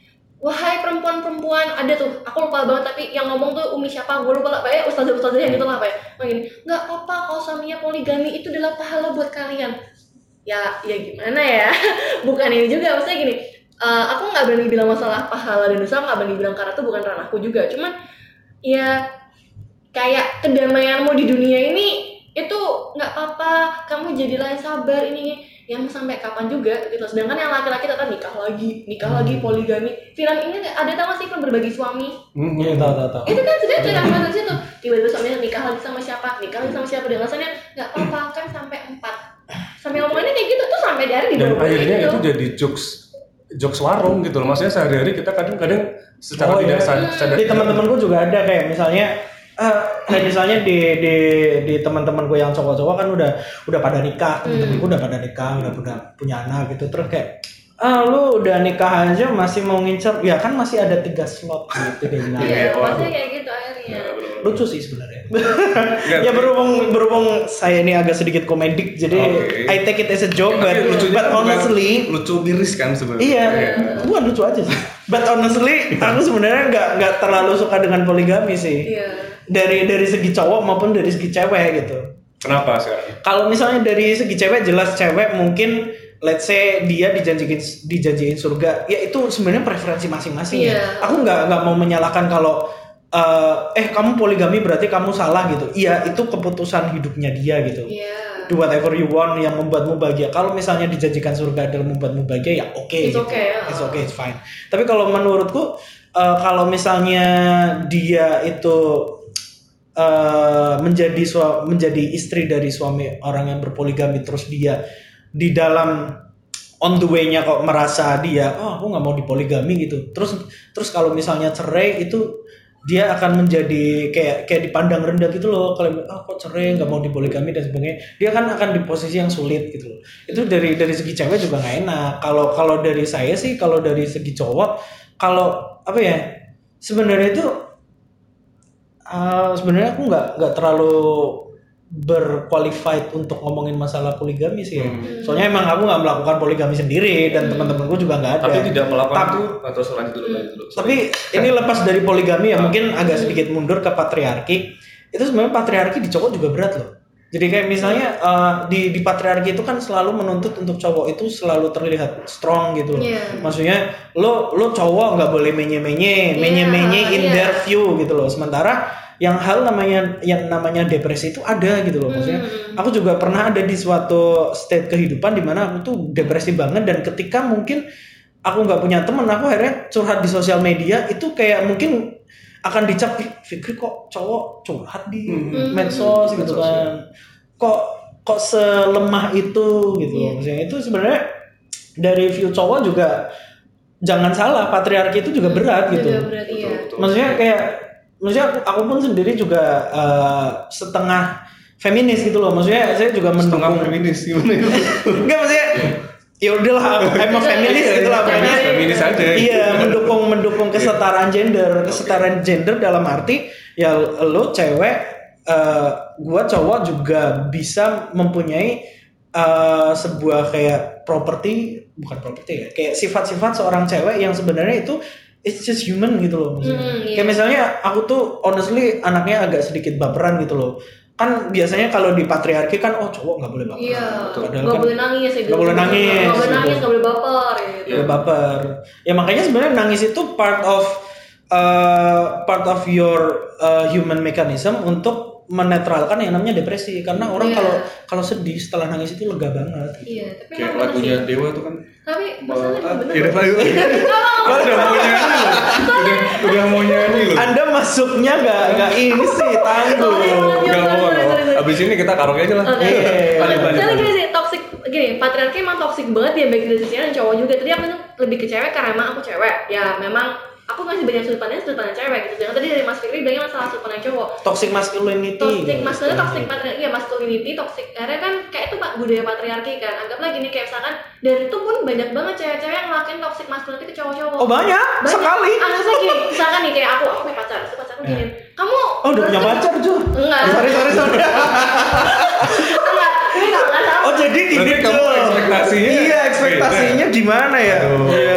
wahai perempuan-perempuan ada tuh, aku lupa banget tapi yang ngomong tuh umi siapa, gue lupa lah, pak ya ustazah-ustazah yang gitu lah pak ya. Begini, nggak apa-apa kalau suaminya poligami itu adalah pahala buat kalian. Ya, ya gimana ya? Bukan ini juga, maksudnya gini, uh, aku nggak berani bilang masalah pahala dan dosa, nggak berani bilang karena itu bukan ranahku juga. Cuman, ya kayak kedamaianmu di dunia ini itu nggak apa-apa, kamu jadilah sabar ini yang sampai kapan juga gitu. Sedangkan yang laki-laki tetap nikah lagi, nikah lagi poligami. Film ini ada tahu sih film Berbagi Suami? Hmm, iya tahu tahu tahu. Itu kan sudah cerita dari situ. Tiba-tiba suaminya nikah lagi sama siapa, nikah lagi sama siapa dengan alasannya nggak apa-apa kan sampai empat. Sampai ngomongannya kayak gitu tuh sampai dari di dan akhirnya gitu. Itu jadi jokes jokes warung gitu loh. Maksudnya sehari-hari kita kadang-kadang secara oh, tidak iya. sadar. Di teman-temanku juga ada kayak misalnya Uh, kayak misalnya di di di teman-temanku yang cowok-cowok kan udah udah pada nikah, temen-temenku udah pada nikah, udah udah punya anak gitu, terus kayak ah lu udah nikah aja masih mau ngincer, ya kan masih ada tiga slot gitu kayak gini. Iya, maksudnya kayak gitu akhirnya. Lucu sih sebenarnya. Ya berhubung berhubung saya ini agak sedikit komedik, jadi okay. I take it as a joke, ya, but, but honestly lucu miris kan sebenarnya. Iya, yeah. bukan lucu aja sih. But honestly, aku sebenarnya nggak nggak terlalu suka dengan poligami sih. Iya. Dari dari segi cowok maupun dari segi cewek gitu. Kenapa sekarang? Kalau misalnya dari segi cewek, jelas cewek mungkin let's say dia dijanjiin dijanjiin surga, ya itu sebenarnya preferensi masing-masing yeah. ya. Aku nggak nggak mau menyalahkan kalau uh, eh kamu poligami berarti kamu salah gitu. Iya, itu keputusan hidupnya dia gitu. Yeah. Do whatever you want yang membuatmu bahagia. Kalau misalnya dijanjikan surga adalah membuatmu bahagia, ya oke. Okay, it's gitu. okay. Yeah. It's okay, it's fine. Tapi kalau menurutku uh, kalau misalnya dia itu Uh, menjadi su- menjadi istri dari suami orang yang berpoligami terus dia di dalam on the way-nya kok merasa dia oh aku nggak mau dipoligami gitu. Terus terus kalau misalnya cerai itu dia akan menjadi kayak kayak dipandang rendah gitu loh. Kalau ah kok cerai nggak mau dipoligami dan sebagainya, dia kan akan di posisi yang sulit gitu loh. Itu dari dari segi cewek juga nggak enak. Kalau kalau dari saya sih, kalau dari segi cowok, kalau apa ya sebenarnya itu uh, sebenarnya aku nggak nggak terlalu berqualified untuk ngomongin masalah poligami sih ya. Hmm. Soalnya emang aku nggak melakukan poligami sendiri dan teman-temanku juga nggak ada. Tapi tidak melakukan Ta- itu atau selanjut dulu, lanjut dulu. Tapi ini lepas dari poligami ya, mungkin agak sedikit mundur ke patriarki. Itu sebenarnya patriarki di cowok juga berat loh. Jadi kayak misalnya uh, di di patriarki itu kan selalu menuntut untuk cowok itu selalu terlihat strong gitu loh. Yeah. Maksudnya lo lo cowok nggak boleh menye-menye, yeah, menye-menye in yeah. their view gitu loh. Sementara yang hal namanya yang namanya depresi itu ada gitu loh. Maksudnya hmm. aku juga pernah ada di suatu state kehidupan di mana aku tuh depresi banget, dan ketika mungkin aku nggak punya teman, aku akhirnya curhat di sosial media itu kayak mungkin akan dicap, Fikri kok cowok curhat di hmm. medsos gitu kan, kok kok selemah itu gitu. Yeah. Maksudnya itu sebenarnya dari view cowok juga jangan salah, patriarki itu juga berat gitu. Juga berat, iya. Maksudnya kayak maksudnya aku, aku pun sendiri juga uh, setengah feminis gitu loh. Maksudnya saya juga mendukung setengah feminis gimana itu? Enggak, maksudnya ya udahlah emang feminis gitu lah pokoknya. Feminis aja. Iya, mendukung mendukung kesetaraan gender, kesetaraan gender dalam arti ya lo cewek, uh, gua cowok juga bisa mempunyai uh, sebuah kayak properti, bukan properti ya, kayak sifat-sifat seorang cewek yang sebenarnya itu it's just human gitu loh maksudnya. Mm, yeah. Kayak misalnya aku tuh honestly anaknya agak sedikit baperan gitu loh. Kan biasanya kalau di patriarki kan oh cowok nggak boleh baper. Iya. Nggak kan boleh nangis ya. Nggak boleh nangis. Nggak boleh nangis, nggak boleh baper. Nggak boleh baper. Ya makanya sebenarnya nangis itu part of uh, part of your uh, human mechanism untuk menetralkan yang namanya depresi, karena orang yeah. kalau kalau sedih setelah nangis itu lega banget. Iya, tapi kayak lagunya sih. Dewa tuh kan. Tapi masalahnya bener. Iya, Pak. Udah mau nyanyi loh. Udah udah mau nyanyi loh. Anda masuknya enggak enggak ini sih tangguh. Enggak mau. Abis ini kita karaoke aja lah. Paling banyak. Soalnya gini sih, toxic gini, patriarki emang toxic banget ya, baik dari sisi dan cowok juga. Tadi aku lebih ke cewek karena emang aku cewek. Ya memang aku ngasih banyak sudut pandang sudut pandang cewek gitu. Jangan tadi dari Mas Fikri bilangnya masalah sudut pandang cowok. Toxic masculinity. Toxic masculinity, toxic patriarki, ya masculinity, toxic. Karena kan kayak itu Pak budaya patriarki kan. Anggaplah gini kayak misalkan, dan itu pun banyak banget cewek-cewek yang ngelakuin toxic masculinity ke cowok-cowok. Oh banyak, banyak. Sekali. Anggaplah gini, misalkan nih kayak aku, aku punya pacar, terus pacarku gini. Kamu oh udah punya pacar Jo? Enggak. Sorry sorry sorry. Enggak, ini enggak enggak sama. Oh jadi gini kamu ekspektasinya. Iya, ekspektasinya gimana ya? Iya.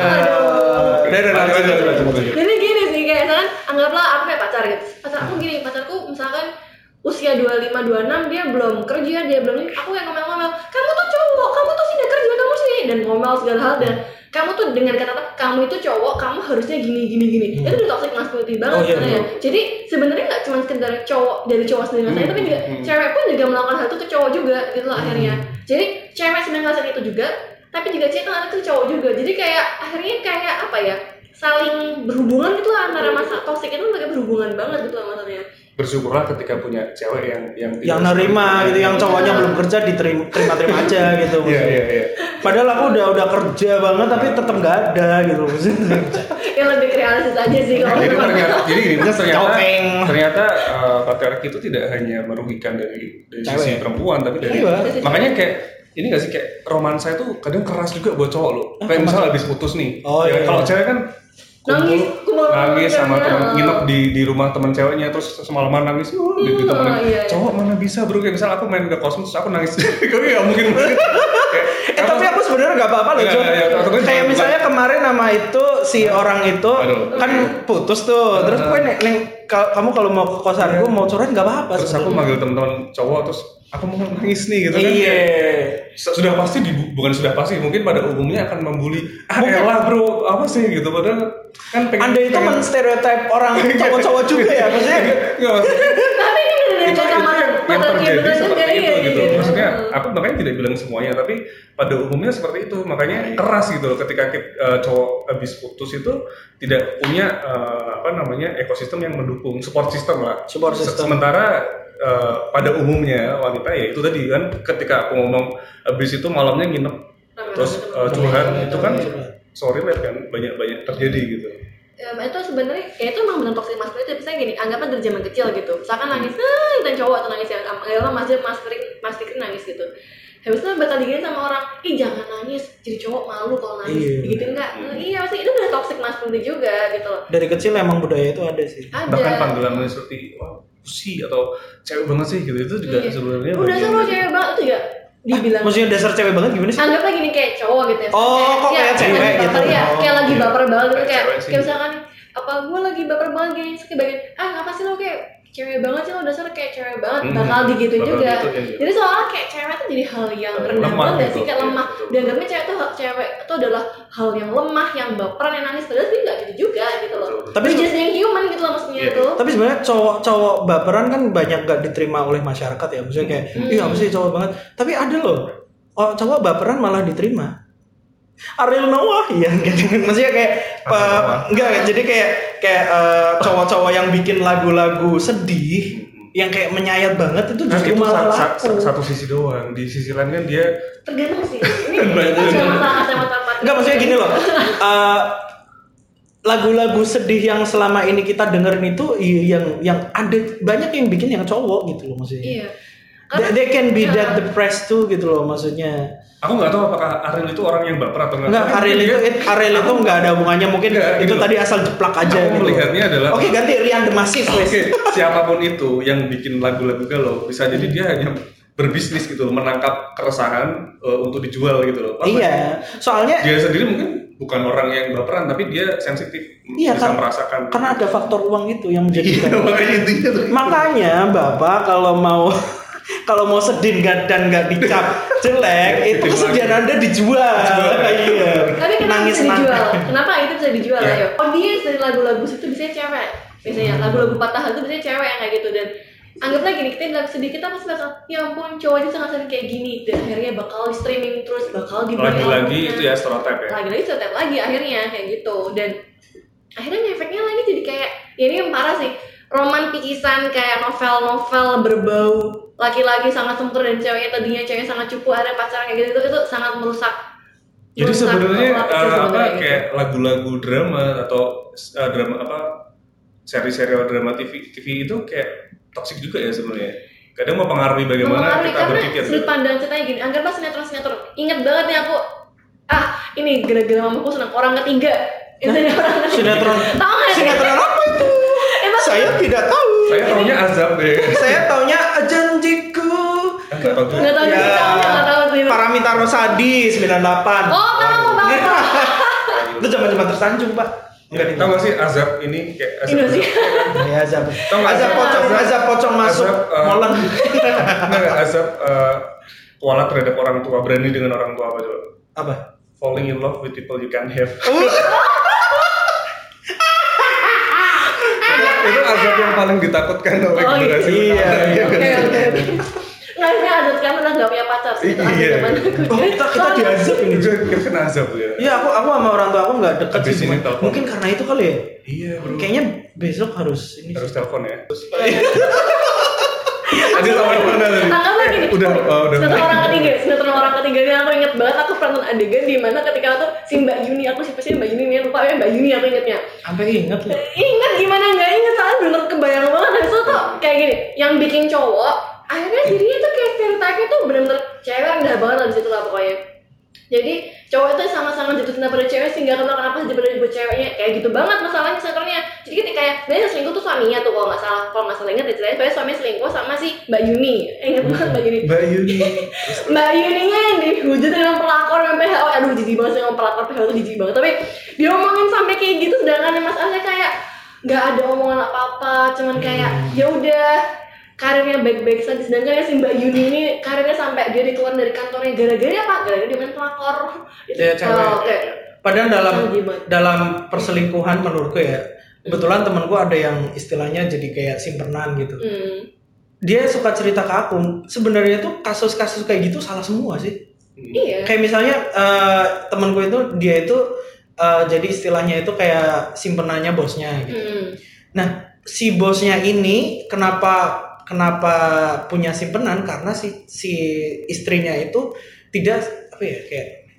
Jadi gini sih, kayak misalkan anggaplah aku punya pacar gitu. Pacar aku gini, pacarku misalkan usia dua puluh lima dua puluh enam dia belum kerja, dia belum ini, aku yang ngomel-ngomel, kamu tuh cowok, kamu tuh sih udah kerja, kamu sih, dan ngomel segala hal, dan kamu tuh dengan kata-kata kamu itu cowok, kamu harusnya gini gini gini. Hmm. Itu udah toxic masculinity banget oh, iya, sebenarnya. Iya. Jadi sebenarnya nggak cuma sekedar cowok dari cowok sendiri hmm. tapi juga hmm. cewek pun juga melakukan hal itu ke cowok juga gitu loh hmm. akhirnya. Jadi cewek sedang ngelakuin itu juga, tapi juga cewek itu ke cowok juga. Jadi kayak akhirnya kayak apa ya? Saling berhubungan gitu lah, antara masa toxic itu mereka berhubungan banget gitu lah maksudnya. Bersyukurlah ketika punya cewek yang yang yang nerima gitu, yang cowoknya belum kerja diterima terima aja gitu. Iya iya iya. Padahal aku udah udah kerja banget tapi tetap nggak ada gitu maksudnya. Yang lebih realistis aja sih kalau. Jadi ternyata jadi ini ternyata ternyata uh, patriarki itu tidak hanya merugikan dari dari sisi perempuan tapi dari Ayuh. Makanya kayak ini nggak sih kayak romansa itu kadang keras juga buat cowok loh. Kayak misalnya habis putus nih. Oh, ya, iya. Kalau cewek kan nangis, kumpul, nangis sama teman, nginep di di rumah teman ceweknya, terus semalaman nangis, oh, hmm, gitu temen. Oh, iya, iya. Cowok mana bisa bro, kayak misal aku main ke kosmos, aku nangis, kayaknya nggak mungkin banget. Eh tapi aku sebenarnya nggak apa-apa loh, Jo. Kayak misalnya kemarin nama itu si orang itu Aduh. kan putus tuh, terus gue neng, neng kamu kalau mau ke kosanku mau curhat nggak apa-apa. Terus aku manggil teman-teman cowok, terus aku mau nangis nih gitu kan. Iya. Sudah pasti di, bukan sudah pasti, mungkin pada umumnya akan membuli. Ah elah bro, apa sih gitu, padahal kan pengen. Anda itu menstereotip orang cowok-cowok juga ya maksudnya. Tapi ini dari kacamata yang terjadi seperti itu gitu. Maksudnya aku makanya tidak bilang semuanya, tapi pada umumnya seperti itu. Makanya keras gitu loh ketika kita, uh, cowok habis putus itu tidak punya uh, apa namanya ekosistem yang mendukung, support system lah. Support system. Sementara uh, pada umumnya wanita ya itu tadi kan ketika aku ngomong habis itu malamnya nginep terus uh, curhat itu kan sorry lah kan banyak-banyak terjadi gitu. Ya, itu sebenarnya ya itu emang benar toxic masculinity. Misalnya gini, anggapnya dari zaman kecil gitu, misalkan nangis, ah kita cowok tuh nangis ya, anggapnya masih maskulin maskulin nangis gitu. Habis itu bakal digini sama orang, ih jangan nangis, jadi cowok malu kalau nangis, iya. gitu enggak? Hmm. Iya pasti itu udah toxic masculinity juga gitu. Dari kecil emang budaya itu ada sih. Ada. Bahkan panggilannya seperti wah pusi atau cewek banget sih gitu itu juga iya. sebenarnya. Udah sama cewek banget itu ya. Dibilang. Maksudnya dasar cewek banget gimana sih? Anggaplah gini kayak cowok gitu ya. Oh, kayak, kok kayak ya, cewek gitu. Iya, oh, kayak lagi iya. baper banget gitu kayak, kayak, kayak misalkan apa gue lagi baper banget gini, terus kayak bagian, ah ngapa sih lo kayak cewek banget sih lo dasar kayak cewek banget, hmm, bakal digituin bakal juga. gitu, ya. Jadi soalnya kayak cewek tuh jadi hal yang rendah lemah banget gitu, sih, kayak ya, lemah. betul. Dan anggapnya cewek tuh cewek itu adalah hal yang lemah, yang baperan, yang nangis, padahal sih nggak gitu juga gitu loh. Betul. Tapi just yang human gitu loh maksudnya yeah. tuh. Tapi sebenarnya cowok-cowok baperan kan banyak gak diterima oleh masyarakat ya. Maksudnya kayak, hmm. ih apa sih cowok banget. Tapi ada loh, oh, cowok baperan malah diterima. Ariel Noah ya gitu. Maksudnya kayak pa, enggak jadi kayak kayak uh, cowok-cowok yang bikin lagu-lagu sedih yang kayak menyayat banget itu justru nah, malah sa- laku. sa- satu sisi doang, di sisi lain kan dia Tergantung sih. Ini kita cuma masalah kacamata. Enggak maksudnya gini loh. Uh, lagu-lagu sedih yang selama ini kita dengerin itu yang yang ada banyak yang bikin yang cowok gitu loh maksudnya. Iya. They, they can be that depressed too gitu loh maksudnya. Aku nggak tahu apakah Ariel itu orang yang baper atau nggak. Enggak, Ariel itu it, Ariel itu nggak ada hubungannya mungkin enggak, itu gitu. tadi asal jeplak aja aku gitu. melihatnya adalah Oke, ganti Rian The Massive wes. Oke, siapapun itu yang bikin lagu-lagu galau bisa jadi dia hanya berbisnis gitu loh, menangkap keresahan uh, untuk dijual gitu loh. Apa Iya, sih? soalnya Dia sendiri mungkin bukan orang yang baperan tapi dia sensitif, iya, bisa kan, merasakan. karena ada faktor uang itu yang menjadikan. Iya, makanya intinya tuh. Makanya Bapak kalau mau kalau mau sedih nggak dan nggak dicap jelek itu kesedihan Anda dijual. Iya. Tapi kenapa Nangis bisa dijual? nangis. Kenapa itu bisa dijual? Ya. Ayo. Audiens dari lagu-lagu itu biasanya cewek. Biasanya lagu-lagu patah hati itu biasanya cewek yang kayak gitu. Dan anggaplah gini, kita lagu sedih kita pasti bakal ya ampun cowok aja sangat sering kayak gini. Dan akhirnya bakal di streaming terus, bakal di Lagi-lagi itu ya stereotip ya. Lagi-lagi stereotip lagi akhirnya kayak gitu. Dan akhirnya efeknya lagi jadi kayak ya ini yang parah sih. Roman pikisan kayak novel-novel berbau laki-laki sangat sempurna dan ceweknya tadinya ceweknya sangat cupu ada pacaran kayak gitu itu sangat merusak. Jadi merusak sebenarnya pola pikir uh, apa sebenarnya gitu. kayak lagu-lagu drama atau uh, drama apa seri-serial drama T V T V itu kayak toksik juga ya sebenarnya. Kadang mempengaruhi bagaimana Mempengaruhi kita karena berpikir. sudut pandang ceritanya gini. Anggaplah sinetron-sinetron. Ingat banget nih aku. Ah, ini gara-gara mamaku senang orang ketiga. Itu Nah, orang ketiga. sinetron. Tahu nggak? Sinetron apa itu? Emang Saya tidak tahu. Saya taunya azab deh. Saya taunya janjiku. Enggak tahu tuh. nggak tahu Ya. cerita, nggak tahu sih. Paramita Rosadi sembilan puluh delapan. Oh, tahu banget. Itu zaman-zaman tersanjung, Pak. Enggak Tahu nggak sih azab ini kayak azab. Indonesia. Ya, azab. Tahu nggak Azab azab? pocong, azab pocong masuk Azab, uh, molen. Enggak azab uh, kualat terhadap orang tua, berani dengan orang tua apa coba? Apa? Falling in love with people you can't have. Itu azab yang paling ditakutkan oleh Oh, generasi iya, pertama. iya. Oke, oke, oke. Nggak, ini ada sekarang udah nggak punya pacar sih. Itu Iya. azab zaman aku. Oh, kita kita Soalnya- diazab ini. Juga kita kena azab ya. Iya, aku aku sama orang tua aku nggak dekat Habis sih. ini Cuma- telepon. Mungkin karena itu kali ya. Iya bro. Kayaknya besok harus ini. Harus telepon ya. Tadi sama mana tadi? Anggaplah gini. Udah, oh, udah. Sinetron orang ketiga, sinetron orang ketiga ini aku inget banget. Aku pernah nonton adegan di mana ketika itu si Mbak Yuni, aku siapa sih Mbak Yuni nih lupa ya Mbak Yuni aku ingetnya. Sampai inget loh. Ingat gimana nggak inget soalnya bener kebayang banget dan itu tuh kayak gini. Yang bikin cowok akhirnya dirinya tuh kayak stereotipnya tuh bener-bener cewek rendah banget lah di situ lah pokoknya. Jadi cowok itu sama-sama jatuh cinta pada cewek sehingga kenal kenapa jadi pada buat ceweknya kayak gitu banget masalahnya sinetronnya. Jadi ketika kayak dia selingkuh tuh suaminya tuh kalau nggak salah kalau nggak salah ingat ceritanya soalnya suaminya selingkuh sama si Mbak Yuni. Ingat banget Mbak Yuni. Mbak Yuni. Mbak Yuninya yang dihujat dengan pelakor dengan P H O. Aduh jijik banget sih dengan pelakor P H O itu jijik banget. Tapi diomongin sampai kayak gitu sedangkan masalahnya kayak nggak ada omongan apa-apa, cuman kayak ya udah karirnya baik-baik saja. Sedangkan si Mbak Yuni ini karirnya sampai dia dikeluarin dari kantornya gara-gara apa? Gara-gara dia main pelakor. Itu Ya, cewek. oh, oke. Padahal dalam Canggih banget. dalam perselingkuhan menurutku ya, kebetulan temanku ada yang istilahnya jadi kayak simpenan gitu. Hmm. Dia suka cerita ke aku, sebenarnya tuh kasus-kasus kayak gitu salah semua sih. Iya. Kayak misalnya uh, temanku itu dia itu uh, jadi istilahnya itu kayak simpenannya bosnya gitu. Hmm. Nah, si bosnya ini kenapa kenapa punya simpenan karena si si istrinya itu tidak apa ya kayak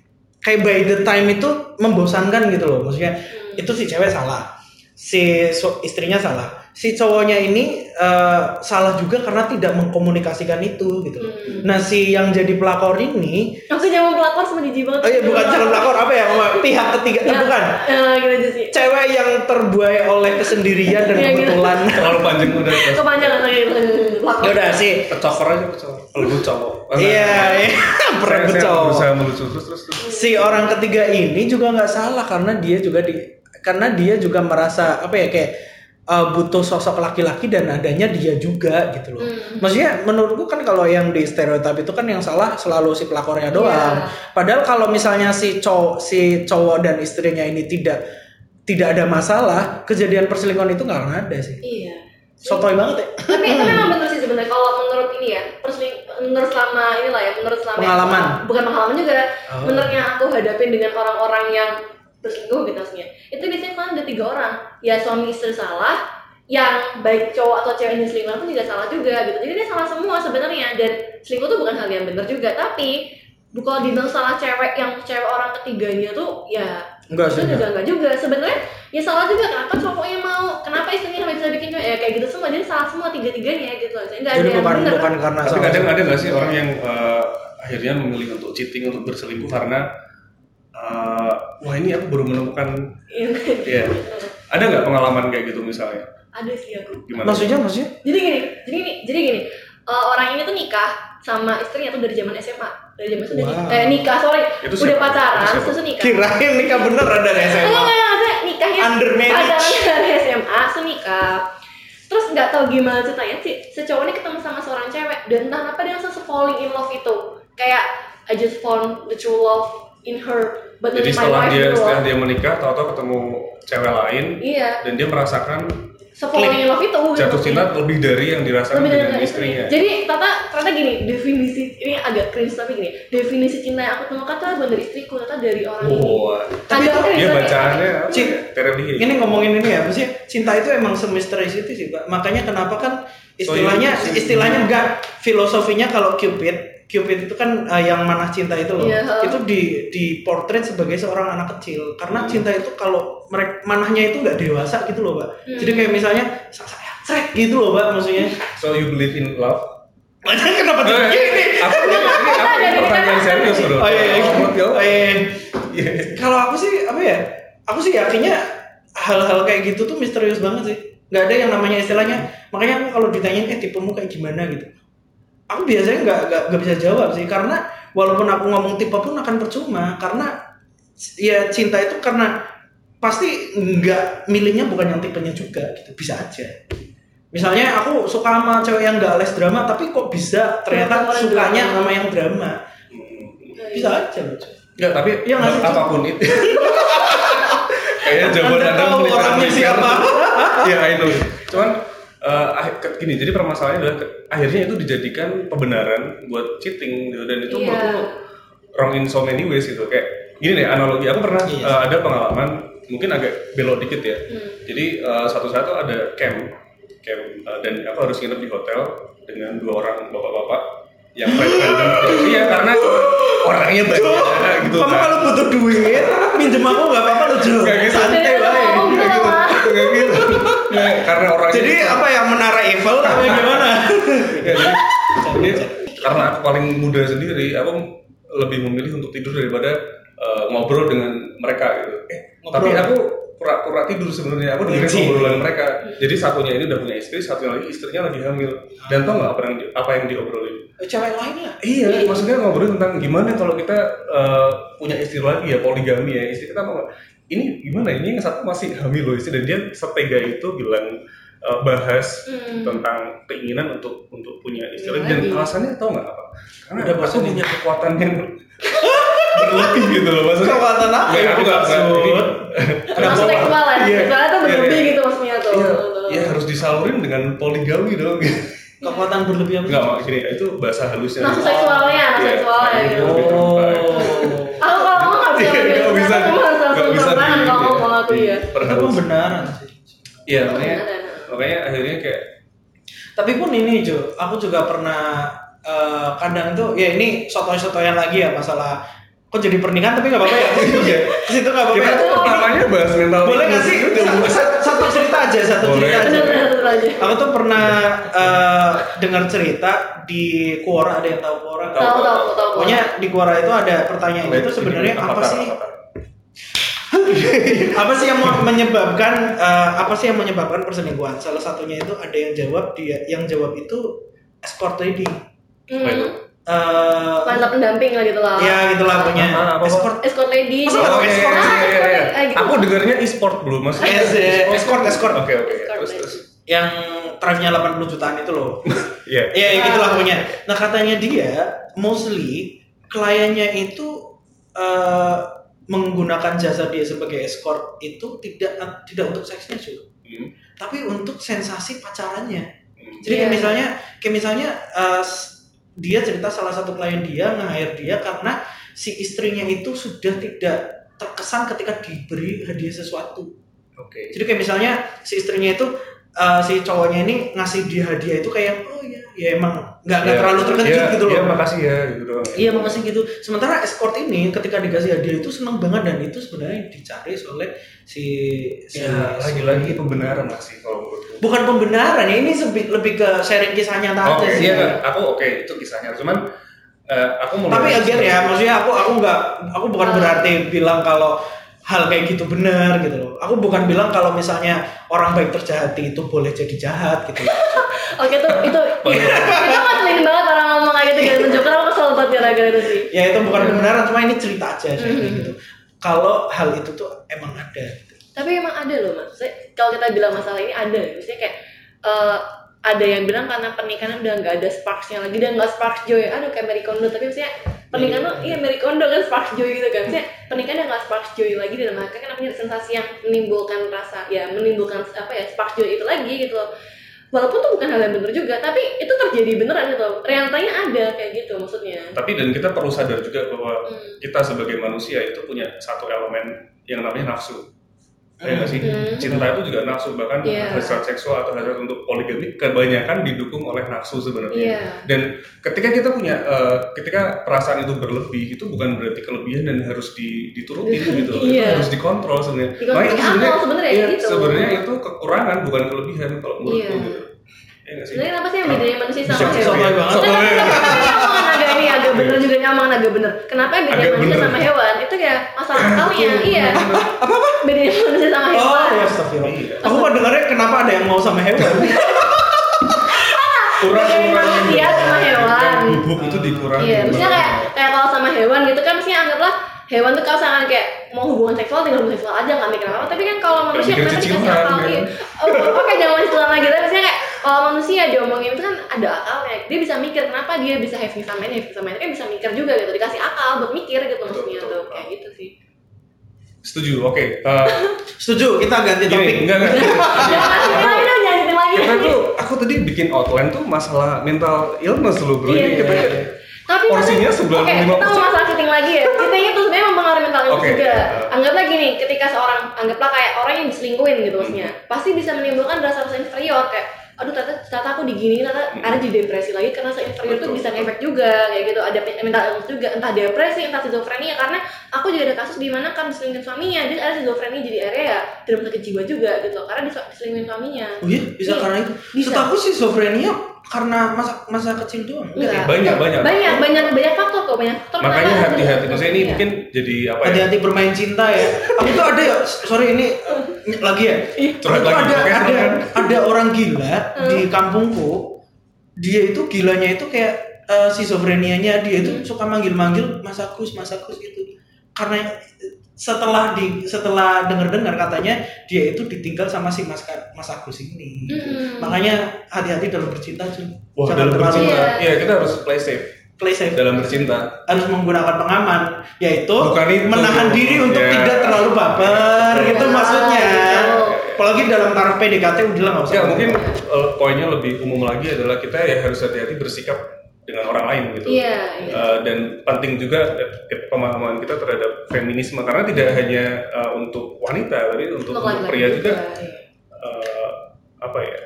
kayak by the time itu membosankan gitu loh. Maksudnya hmm. itu si cewek salah, si so, istrinya salah, si cowoknya ini uh, salah juga karena tidak mengkomunikasikan itu gitu. Hmm. Nah si yang jadi pelakor ini, aku jangan pelakor sama jijik banget. Oh iya bukan calon pelakor apa ya? Pihak ketiga, ya, bukan. Ya, gitu aja sih. Cewek yang terbuai oleh kesendirian dan ya, kebetulan. Gitu. Terlalu panjang udah. Kepanjangan lagi pelakor. Ya udah sih. Pecoker aja pecoker. Kalau cowok. Iya, iya. Pernah cowok. Berusaha melucu terus terus. Si orang ketiga ini juga nggak salah karena dia juga di karena dia juga merasa apa ya kayak uh, butuh sosok laki-laki dan adanya dia juga gitu loh. Hmm. Maksudnya menurutku kan kalau yang di stereotip itu kan yang salah selalu si pelakornya doang. Yeah. Padahal kalau misalnya si cowok si cowok dan istrinya ini tidak tidak ada masalah, kejadian perselingkuhan itu nggak akan ada sih. Iya. Sotoy banget ya. Tapi itu memang benar sih sebenarnya kalau menurut ini ya, perseling menurut selama inilah ya, menurut selama pengalaman. Yang, bukan pengalaman juga. Oh. Menurut yang aku hadapin dengan orang-orang yang berselingkuh gitu maksudnya. Itu biasanya kan ada tiga orang. Ya suami istri salah, yang baik cowok atau cewek yang selingkuh pun juga salah juga gitu. Jadi dia salah semua sebenarnya dan selingkuh itu bukan hal yang benar juga. Tapi kalau dibilang salah cewek yang cewek orang ketiganya tuh ya enggak sih. Juga enggak juga. Sebenarnya ya salah juga kenapa cowoknya mau, kenapa istrinya sampai bisa bikin ya kayak gitu semua. Jadi salah semua tiga-tiganya gitu. Enggak ada yang bukan, benar. Bukan karena tapi kadang ada enggak sih orang yang uh, akhirnya memilih untuk cheating, untuk berselingkuh karena uh, wah ini aku baru menemukan ya. Ada enggak pengalaman kayak gitu misalnya? Ada sih aku. Gimana? Maksudnya maksudnya? Jadi gini, jadi gini, jadi gini. Uh, orang ini tuh nikah sama istrinya tuh dari zaman S M A. Dari zaman wow. Sudah eh, nikah, sorry. Itu udah siapa? pacaran, terus nikah. Kirain nikah bener dari S M A. Enggak, enggak, ada nikahnya. Under marriage. Pacaran dari S M A, terus nikah. Terus nggak tahu gimana ceritanya sih, si cowok ini ketemu sama seorang cewek dan entah kenapa dia langsung falling in love itu. Kayak I just found the true love in her. But jadi my setelah wife dia gitu setelah loh. dia menikah, tahu-tahu ketemu cewek lain. Iya. Dan dia merasakan falling in love itu jatuh cinta lebih dari yang dirasakan lebih dengan dari istrinya. Jadi ternyata ternyata gini, definisi ini agak cringe tapi gini, definisi cinta yang aku temukan tuh bukan dari istriku, ternyata dari orang oh, ini. Tapi itu dia bacaannya terlebih. Ini ngomongin ini ya, maksudnya cinta itu emang semisteri itu sih, Pak. Makanya kenapa kan istilahnya so, istilahnya enggak filosofinya kalau Cupid Cupid itu kan uh, yang manah cinta itu loh, yeah. Itu di di portrait sebagai seorang anak kecil karena hmm. cinta itu kalau mereka manahnya itu nggak dewasa gitu loh, Pak. Hmm. Jadi kayak misalnya saya srek gitu loh, Pak, maksudnya. So you believe in love? Macam kenapa tuh? Ini aku ini aku pertanyaan serius loh. Oh iya, iya. Kalau aku sih apa ya? Aku sih yakinnya hal-hal kayak gitu tuh misterius banget sih. Nggak ada yang namanya istilahnya. Makanya aku kalau ditanyain eh tipemu kayak gimana gitu, aku biasanya nggak nggak nggak bisa jawab sih karena walaupun aku ngomong tipe pun akan percuma karena ya cinta itu karena pasti nggak milihnya bukan yang tipenya juga gitu, bisa aja. Misalnya aku suka sama cewek yang nggak les drama tapi kok bisa ternyata orang sukanya drama. sama yang drama, bisa aja loh. Nggak, tapi ya, apapun itu. Kayaknya jawaban Anda orangnya siapa? Ya, I know. Cuman Uh, gini, jadi permasalahannya adalah akhirnya itu dijadikan pembenaran buat cheating gitu, dan itu yeah. menurutku wrong in so many ways gitu. Kayak gini deh analogi, aku pernah yes. uh, ada pengalaman mungkin agak belok dikit ya. Hmm. Jadi uh, satu saat tuh ada camp, camp uh, dan aku harus nginep di hotel dengan dua orang bapak-bapak yang random. Iya, karena orangnya banyak gitu. Kamu kalau butuh duit, minjem aku nggak apa-apa loh, Jo. Gak gitu, santai banget. Gak gitu, gak gitu. Nah, karena orangnya. Jadi itu, apa yang menara Eiffel atau gimana? Ya, jadi, jadi karena aku paling muda sendiri, aku lebih memilih untuk tidur daripada uh, ngobrol dengan mereka gitu. Eh, ngobrol. Tapi aku pura-pura tidur sebenarnya, aku dengerin obrolan mereka. Jadi satunya ini udah punya istri, satunya lagi istrinya lagi hamil. Dan tau nggak apa yang apa yang diobrolin? Cewek lain lah. Iya, iya, maksudnya ngobrolin tentang gimana kalau kita uh, punya istri lagi ya, poligami ya, istri kita mau nggak? Ini gimana? Ini yang satu masih hamil loh istri, dan dia setega itu bilang uh, bahas hmm. tentang keinginan untuk untuk punya istri. Ya, dan lagi. Alasannya tau nggak apa? Karena udah aku punya kekuatan yang berlebih gitu loh maksudnya. Kekuatan apa? Ya, aku nggak maksud. Maksud seksual ya, seksualnya tuh berlebih gitu maksudnya tuh. Iya, ya harus disalurin dengan poligami dong. Kekuatan berlebih apa? Enggak, gini, itu bahasa halusnya. Nafsu seksualnya, nafsu seksualnya gitu. Oh. Aku kalau ngomong nggak bisa. Nggak bisa. Nggak bisa. Kalau ngomong aku ya. Itu pembenaran sih. Iya, makanya, makanya akhirnya kayak. Tapi pun ini Jo, aku juga pernah uh, kadang tuh, ya ini sotoy-sotoyan lagi ya masalah Kok jadi pernikahan tapi nggak apa-apa ya? Iya. Situ nggak apa-apa. Kita Ya? tuh pertamanya bahas mental. Boleh nggak sih? Satu, satu cerita aja, satu Boleh. cerita aja. Bener-bener aja. Aku tuh pernah uh, dengar cerita di Quora, ada yang tahu Quora? Tahu tahu tahu. tahu. Pokoknya di Quora itu ada pertanyaan itu sebenarnya apa sih? apa sih yang menyebabkan uh, apa sih yang menyebabkan perselingkuhan? Salah satunya itu ada yang jawab dia, yang jawab itu escort lady. Hmm. Uh, Mantap pendamping lah gitu lah. Ya gitulah punya Ah, apa, apa? escort. Escort lady. Masa nggak tahu Oh, iya, escort? iya, iya, iya, iya. Ah, gitu. Aku dengarnya e-sport belum mas. Yes, eh, escort escort. Oke oke. Escort Terus lady. terus. Yang tarifnya delapan puluh jutaan itu loh. Iya. Iya, ya, gitulah punya. Nah katanya dia mostly kliennya itu uh, menggunakan jasa dia sebagai escort itu tidak tidak untuk seksnya cuy, Hmm. tapi untuk sensasi pacarannya. Hmm. Jadi kayak Iya. misalnya, kayak misalnya uh, dia cerita salah satu klien dia nge-hire dia karena si istrinya itu sudah tidak terkesan ketika diberi hadiah sesuatu. Oke. Jadi kayak misalnya si istrinya itu uh, si cowoknya ini ngasih dia hadiah itu kayak oh ya ya emang nggak nggak Iya. terlalu terkejut Iya, gitu loh. Iya makasih ya gitu doang. Iya makasih gitu. Sementara escort ini ketika dikasih hadiah itu seneng banget dan itu sebenarnya dicari oleh si si Ya lagi-lagi pembenaran lah sih kalau menurutku. bukan pembenaran ya, ini sebi- lebih ke sharing kisah nyata Oh aja sih. iya nggak? Aku oke itu kisahnya. Cuman eh, aku mau. Tapi again ya, maksudnya aku aku nggak aku bukan berarti bilang kalau hal kayak gitu benar gitu loh. Aku bukan bilang kalau misalnya orang baik terjahati itu boleh jadi jahat gitu. Oke tuh itu itu ngeselin banget orang ngomong kayak gitu gak menunjukkan aku kesel banget gara-gara itu sih. Ya itu bukan pembenaran, cuma ini cerita aja sih gitu. Kalau hal itu tuh emang ada. Gitu. Tapi emang ada loh mas. Maksudnya, kalau kita bilang masalah ini ada, maksudnya kayak uh, ada yang bilang karena pernikahan udah nggak ada sparksnya lagi dan nggak sparks joy. Aduh kayak Marie Kondo, tapi maksudnya pernikahan tuh iya Marie Kondo kan sparks joy gitu kan. Maksudnya pernikahan udah nggak sparks joy lagi dan mereka kan punya sensasi yang menimbulkan rasa ya menimbulkan apa ya sparks joy itu lagi gitu loh. Walaupun itu bukan hal yang benar juga, tapi itu terjadi beneran gitu. Realitanya ada kayak gitu maksudnya. Tapi dan kita perlu sadar juga bahwa Hmm. kita sebagai manusia itu punya satu elemen yang namanya nafsu. Ya nggak sih? Hmm. Cinta itu juga nafsu, bahkan Iya. hasrat seksual atau hasrat untuk poligami kebanyakan didukung oleh nafsu sebenarnya. Iya. Dan ketika kita punya, uh, ketika perasaan itu berlebih, itu bukan berarti kelebihan dan harus di, diturutin gitu, Iya. itu harus dikontrol sebenarnya. Dikontrol. Makanya itu Akal sebenarnya, sebenarnya iya, gitu. sebenarnya itu kekurangan bukan kelebihan kalau menurutku Iya. gitu. Ya nggak sih? Sebenarnya apa sih yang bedanya manusia sama Bisa- hewan? sotoy banget. Tapi tapi tapi omongan agak ini agak bener juga nih omongan agak bener. Kenapa yang bedanya Agak manusia bener. sama hewan? Itu kayak masalah akalnya. Iya. Apa apa? Bedanya manusia sama Oh hewan. ya astagfirullah. Iya. Aku kok dengarnya kenapa ada yang mau sama hewan? Kurang Bedanya kurang manusia sama hewan. bubuk itu dikurangi. Iya, maksudnya kayak kayak kalau sama hewan gitu kan maksudnya anggaplah hewan tuh kalau misalkan kayak mau hubungan seksual tinggal hubungan seksual aja nggak mikir apa-apa. Tapi kan kalau manusia mikir kenapa dikasih cicilan, akal? kan? Iya. Oh, Oke jangan cicilan lagi. Tapi maksudnya kayak kalau manusia diomongin itu kan ada akalnya. Dia bisa mikir kenapa dia bisa having sama ini, having sama ini kan bisa mikir juga gitu. Dikasih akal buat mikir gitu maksudnya betul. tuh kayak gitu sih. Setuju, oke. Uh, Setuju, kita ganti topik. Gini, enggak enggak. Jangan kasih lagi dong, jangan gitu lagi. Kita tuh, aku tadi bikin outline tuh masalah mental illness loh bro. Iya, Ini kita iya. Tapi porsinya maksudnya- sembilan Oke, puluh lima kita mau persen. masalah cheating lagi ya. Cheating itu sebenarnya mempengaruhi mental illness Oke. juga. Anggaplah gini, ketika seorang anggaplah kayak orang yang diselingkuhin gitu maksudnya, pasti bisa menimbulkan rasa-rasa inferior kayak aduh ternyata, ternyata aku digini, ternyata ada di depresi lagi karena rasa inferior itu Betul, bisa betul. ngefek juga kayak gitu. Ada mental illness juga, entah depresi, entah schizophrenia karena aku juga ada kasus di mana kan diselingkuhin suaminya, dia ada schizophrenia jadi akhirnya ya di rumah sakit jiwa juga gitu karena dis- diselingkuhin suaminya. Oh iya, bisa Iya, karena itu. bisa. Setahu sih schizophrenia karena masa masa kecil doang. Enggak. Banyak, banyak. banyak banyak banyak faktor kok, banyak faktor. Makanya kenapa hati-hati. ada- Maksudnya ini Iya. mungkin jadi apa ya? Hati-hati bermain cinta ya. Aku tuh ada ya, sorry ini ny- lagi ya. Curhat Aku tuh lagi, ada oke, ada silakan. ada orang gila di kampungku. Dia itu gilanya itu kayak uh, schizophrenia-nya dia itu suka manggil-manggil Mas Agus, Mas Agus gitu. Karena setelah di setelah dengar-dengar katanya dia itu ditinggal sama si Mas Ka- Mas Agus ini. Mm. Makanya hati-hati dalam bercinta cuy. Wah, Jangan dalam terlalu bercinta. Iya. Iya, kita harus play safe play safe. dalam bercinta. Harus menggunakan pengaman, yaitu Bukan itu. menahan diri untuk Ya. tidak terlalu baper, Ya. gitu maksudnya. Betul. Apalagi dalam taraf P D K T udah lah nggak usah. Ya, mungkin uh, poinnya lebih umum lagi adalah kita ya harus hati-hati bersikap dengan orang lain gitu. Iya, iya. Uh, dan penting juga uh, pemahaman kita terhadap feminisme karena tidak hanya uh, untuk wanita tapi untuk, Untuk untuk laki-laki pria juga iya. uh, apa ya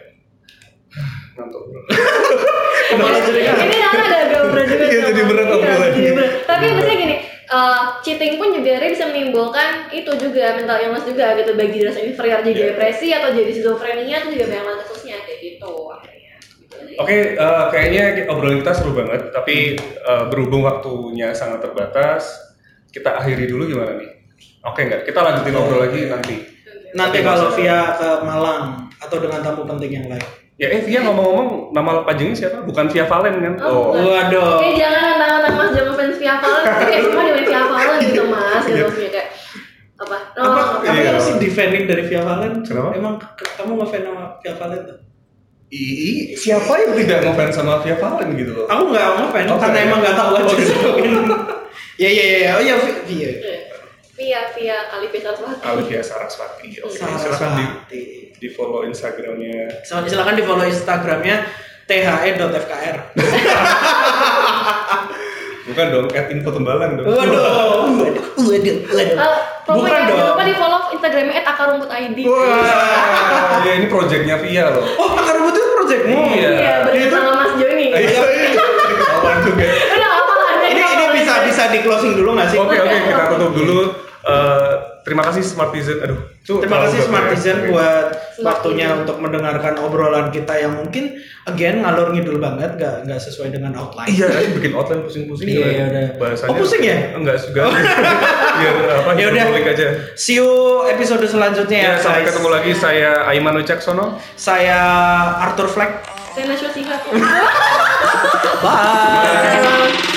ngantuk bro. Kenapa jadi kan? Ini karena agak-agak berat juga. Iya, sama- jadi berat iya, obrolannya. jadi berat. Tapi maksudnya gini, uh, cheating pun juga akhirnya bisa menimbulkan itu juga mental illness juga gitu, baik jadi rasa inferior jadi Yeah. depresi atau jadi schizophrenia itu juga banyak banget kasusnya kayak gitu akhirnya. Gitu. Oke, okay, uh, kayaknya obrolan kita seru banget, tapi uh, berhubung waktunya sangat terbatas, kita akhiri dulu gimana nih? Oke okay, nggak? Kita lanjutin ngobrol lagi nanti. Nanti kalau via ke Malang atau dengan tamu penting yang lain. Ya, eh Via ngomong-ngomong, nama panjangnya siapa? Bukan Via Valen kan? Oh, oh. Waduh. Oke, jangan nantang-nantang Mas, jangan fans Via Valen, tapi kayak semua di Via Valen gitu Mas, gitu maksudnya kayak apa? No, Apa? apa? Kamu Iya. yang sih defending dari Via Valen? Kenapa? Emang k- kamu ngefans sama Via Valen tuh? Ih, siapa yang tidak ngefans sama Via Valen gitu loh? Aku nggak ngefans Oh, karena iya. emang nggak tahu aja. Oh, gitu. Ya ya ya. Oh ya Via. Via Via Alifia Saraswati. Alivia Saraswati. Oke, silakan di, Saraswati. di follow Instagramnya. Sil- Silakan di follow Instagramnya t h e dot f k r. Bukan dong, at info tembalan dong. Waduh. Waduh. Waduh. Waduh. Uh, Bukan pokoknya dong. jangan lupa di follow Instagramnya et akarumput i d. Wah, ya ini projectnya Via loh. Oh, akar rumput itu projectmu. Iya. Iya, bersama Itu- Mas Joni. Iya, kawan juga. Udah apa lah? Ini ini bisa bisa di closing dulu nggak sih? Oke oke, kita tutup dulu. Eh, terima kasih Smartizen. Aduh, tuh, Terima kasih tahu Smartizen nggak ya? buat Smartizen. waktunya untuk mendengarkan obrolan kita yang mungkin again ngalor ngidul banget, nggak nggak sesuai dengan outline. Iya, kan bikin outline pusing-pusing. Iya, kan. iya, udah. Bahasanya. Oh, pusing ya? Enggak juga. Biar apa? Ya udah. Ngulik aja. See you episode selanjutnya Ya, ya, sampai guys. ketemu lagi. Saya Aiman Wicaksono. Saya Arthur Fleck. Saya Nashwa Sihab. Bye. Bye.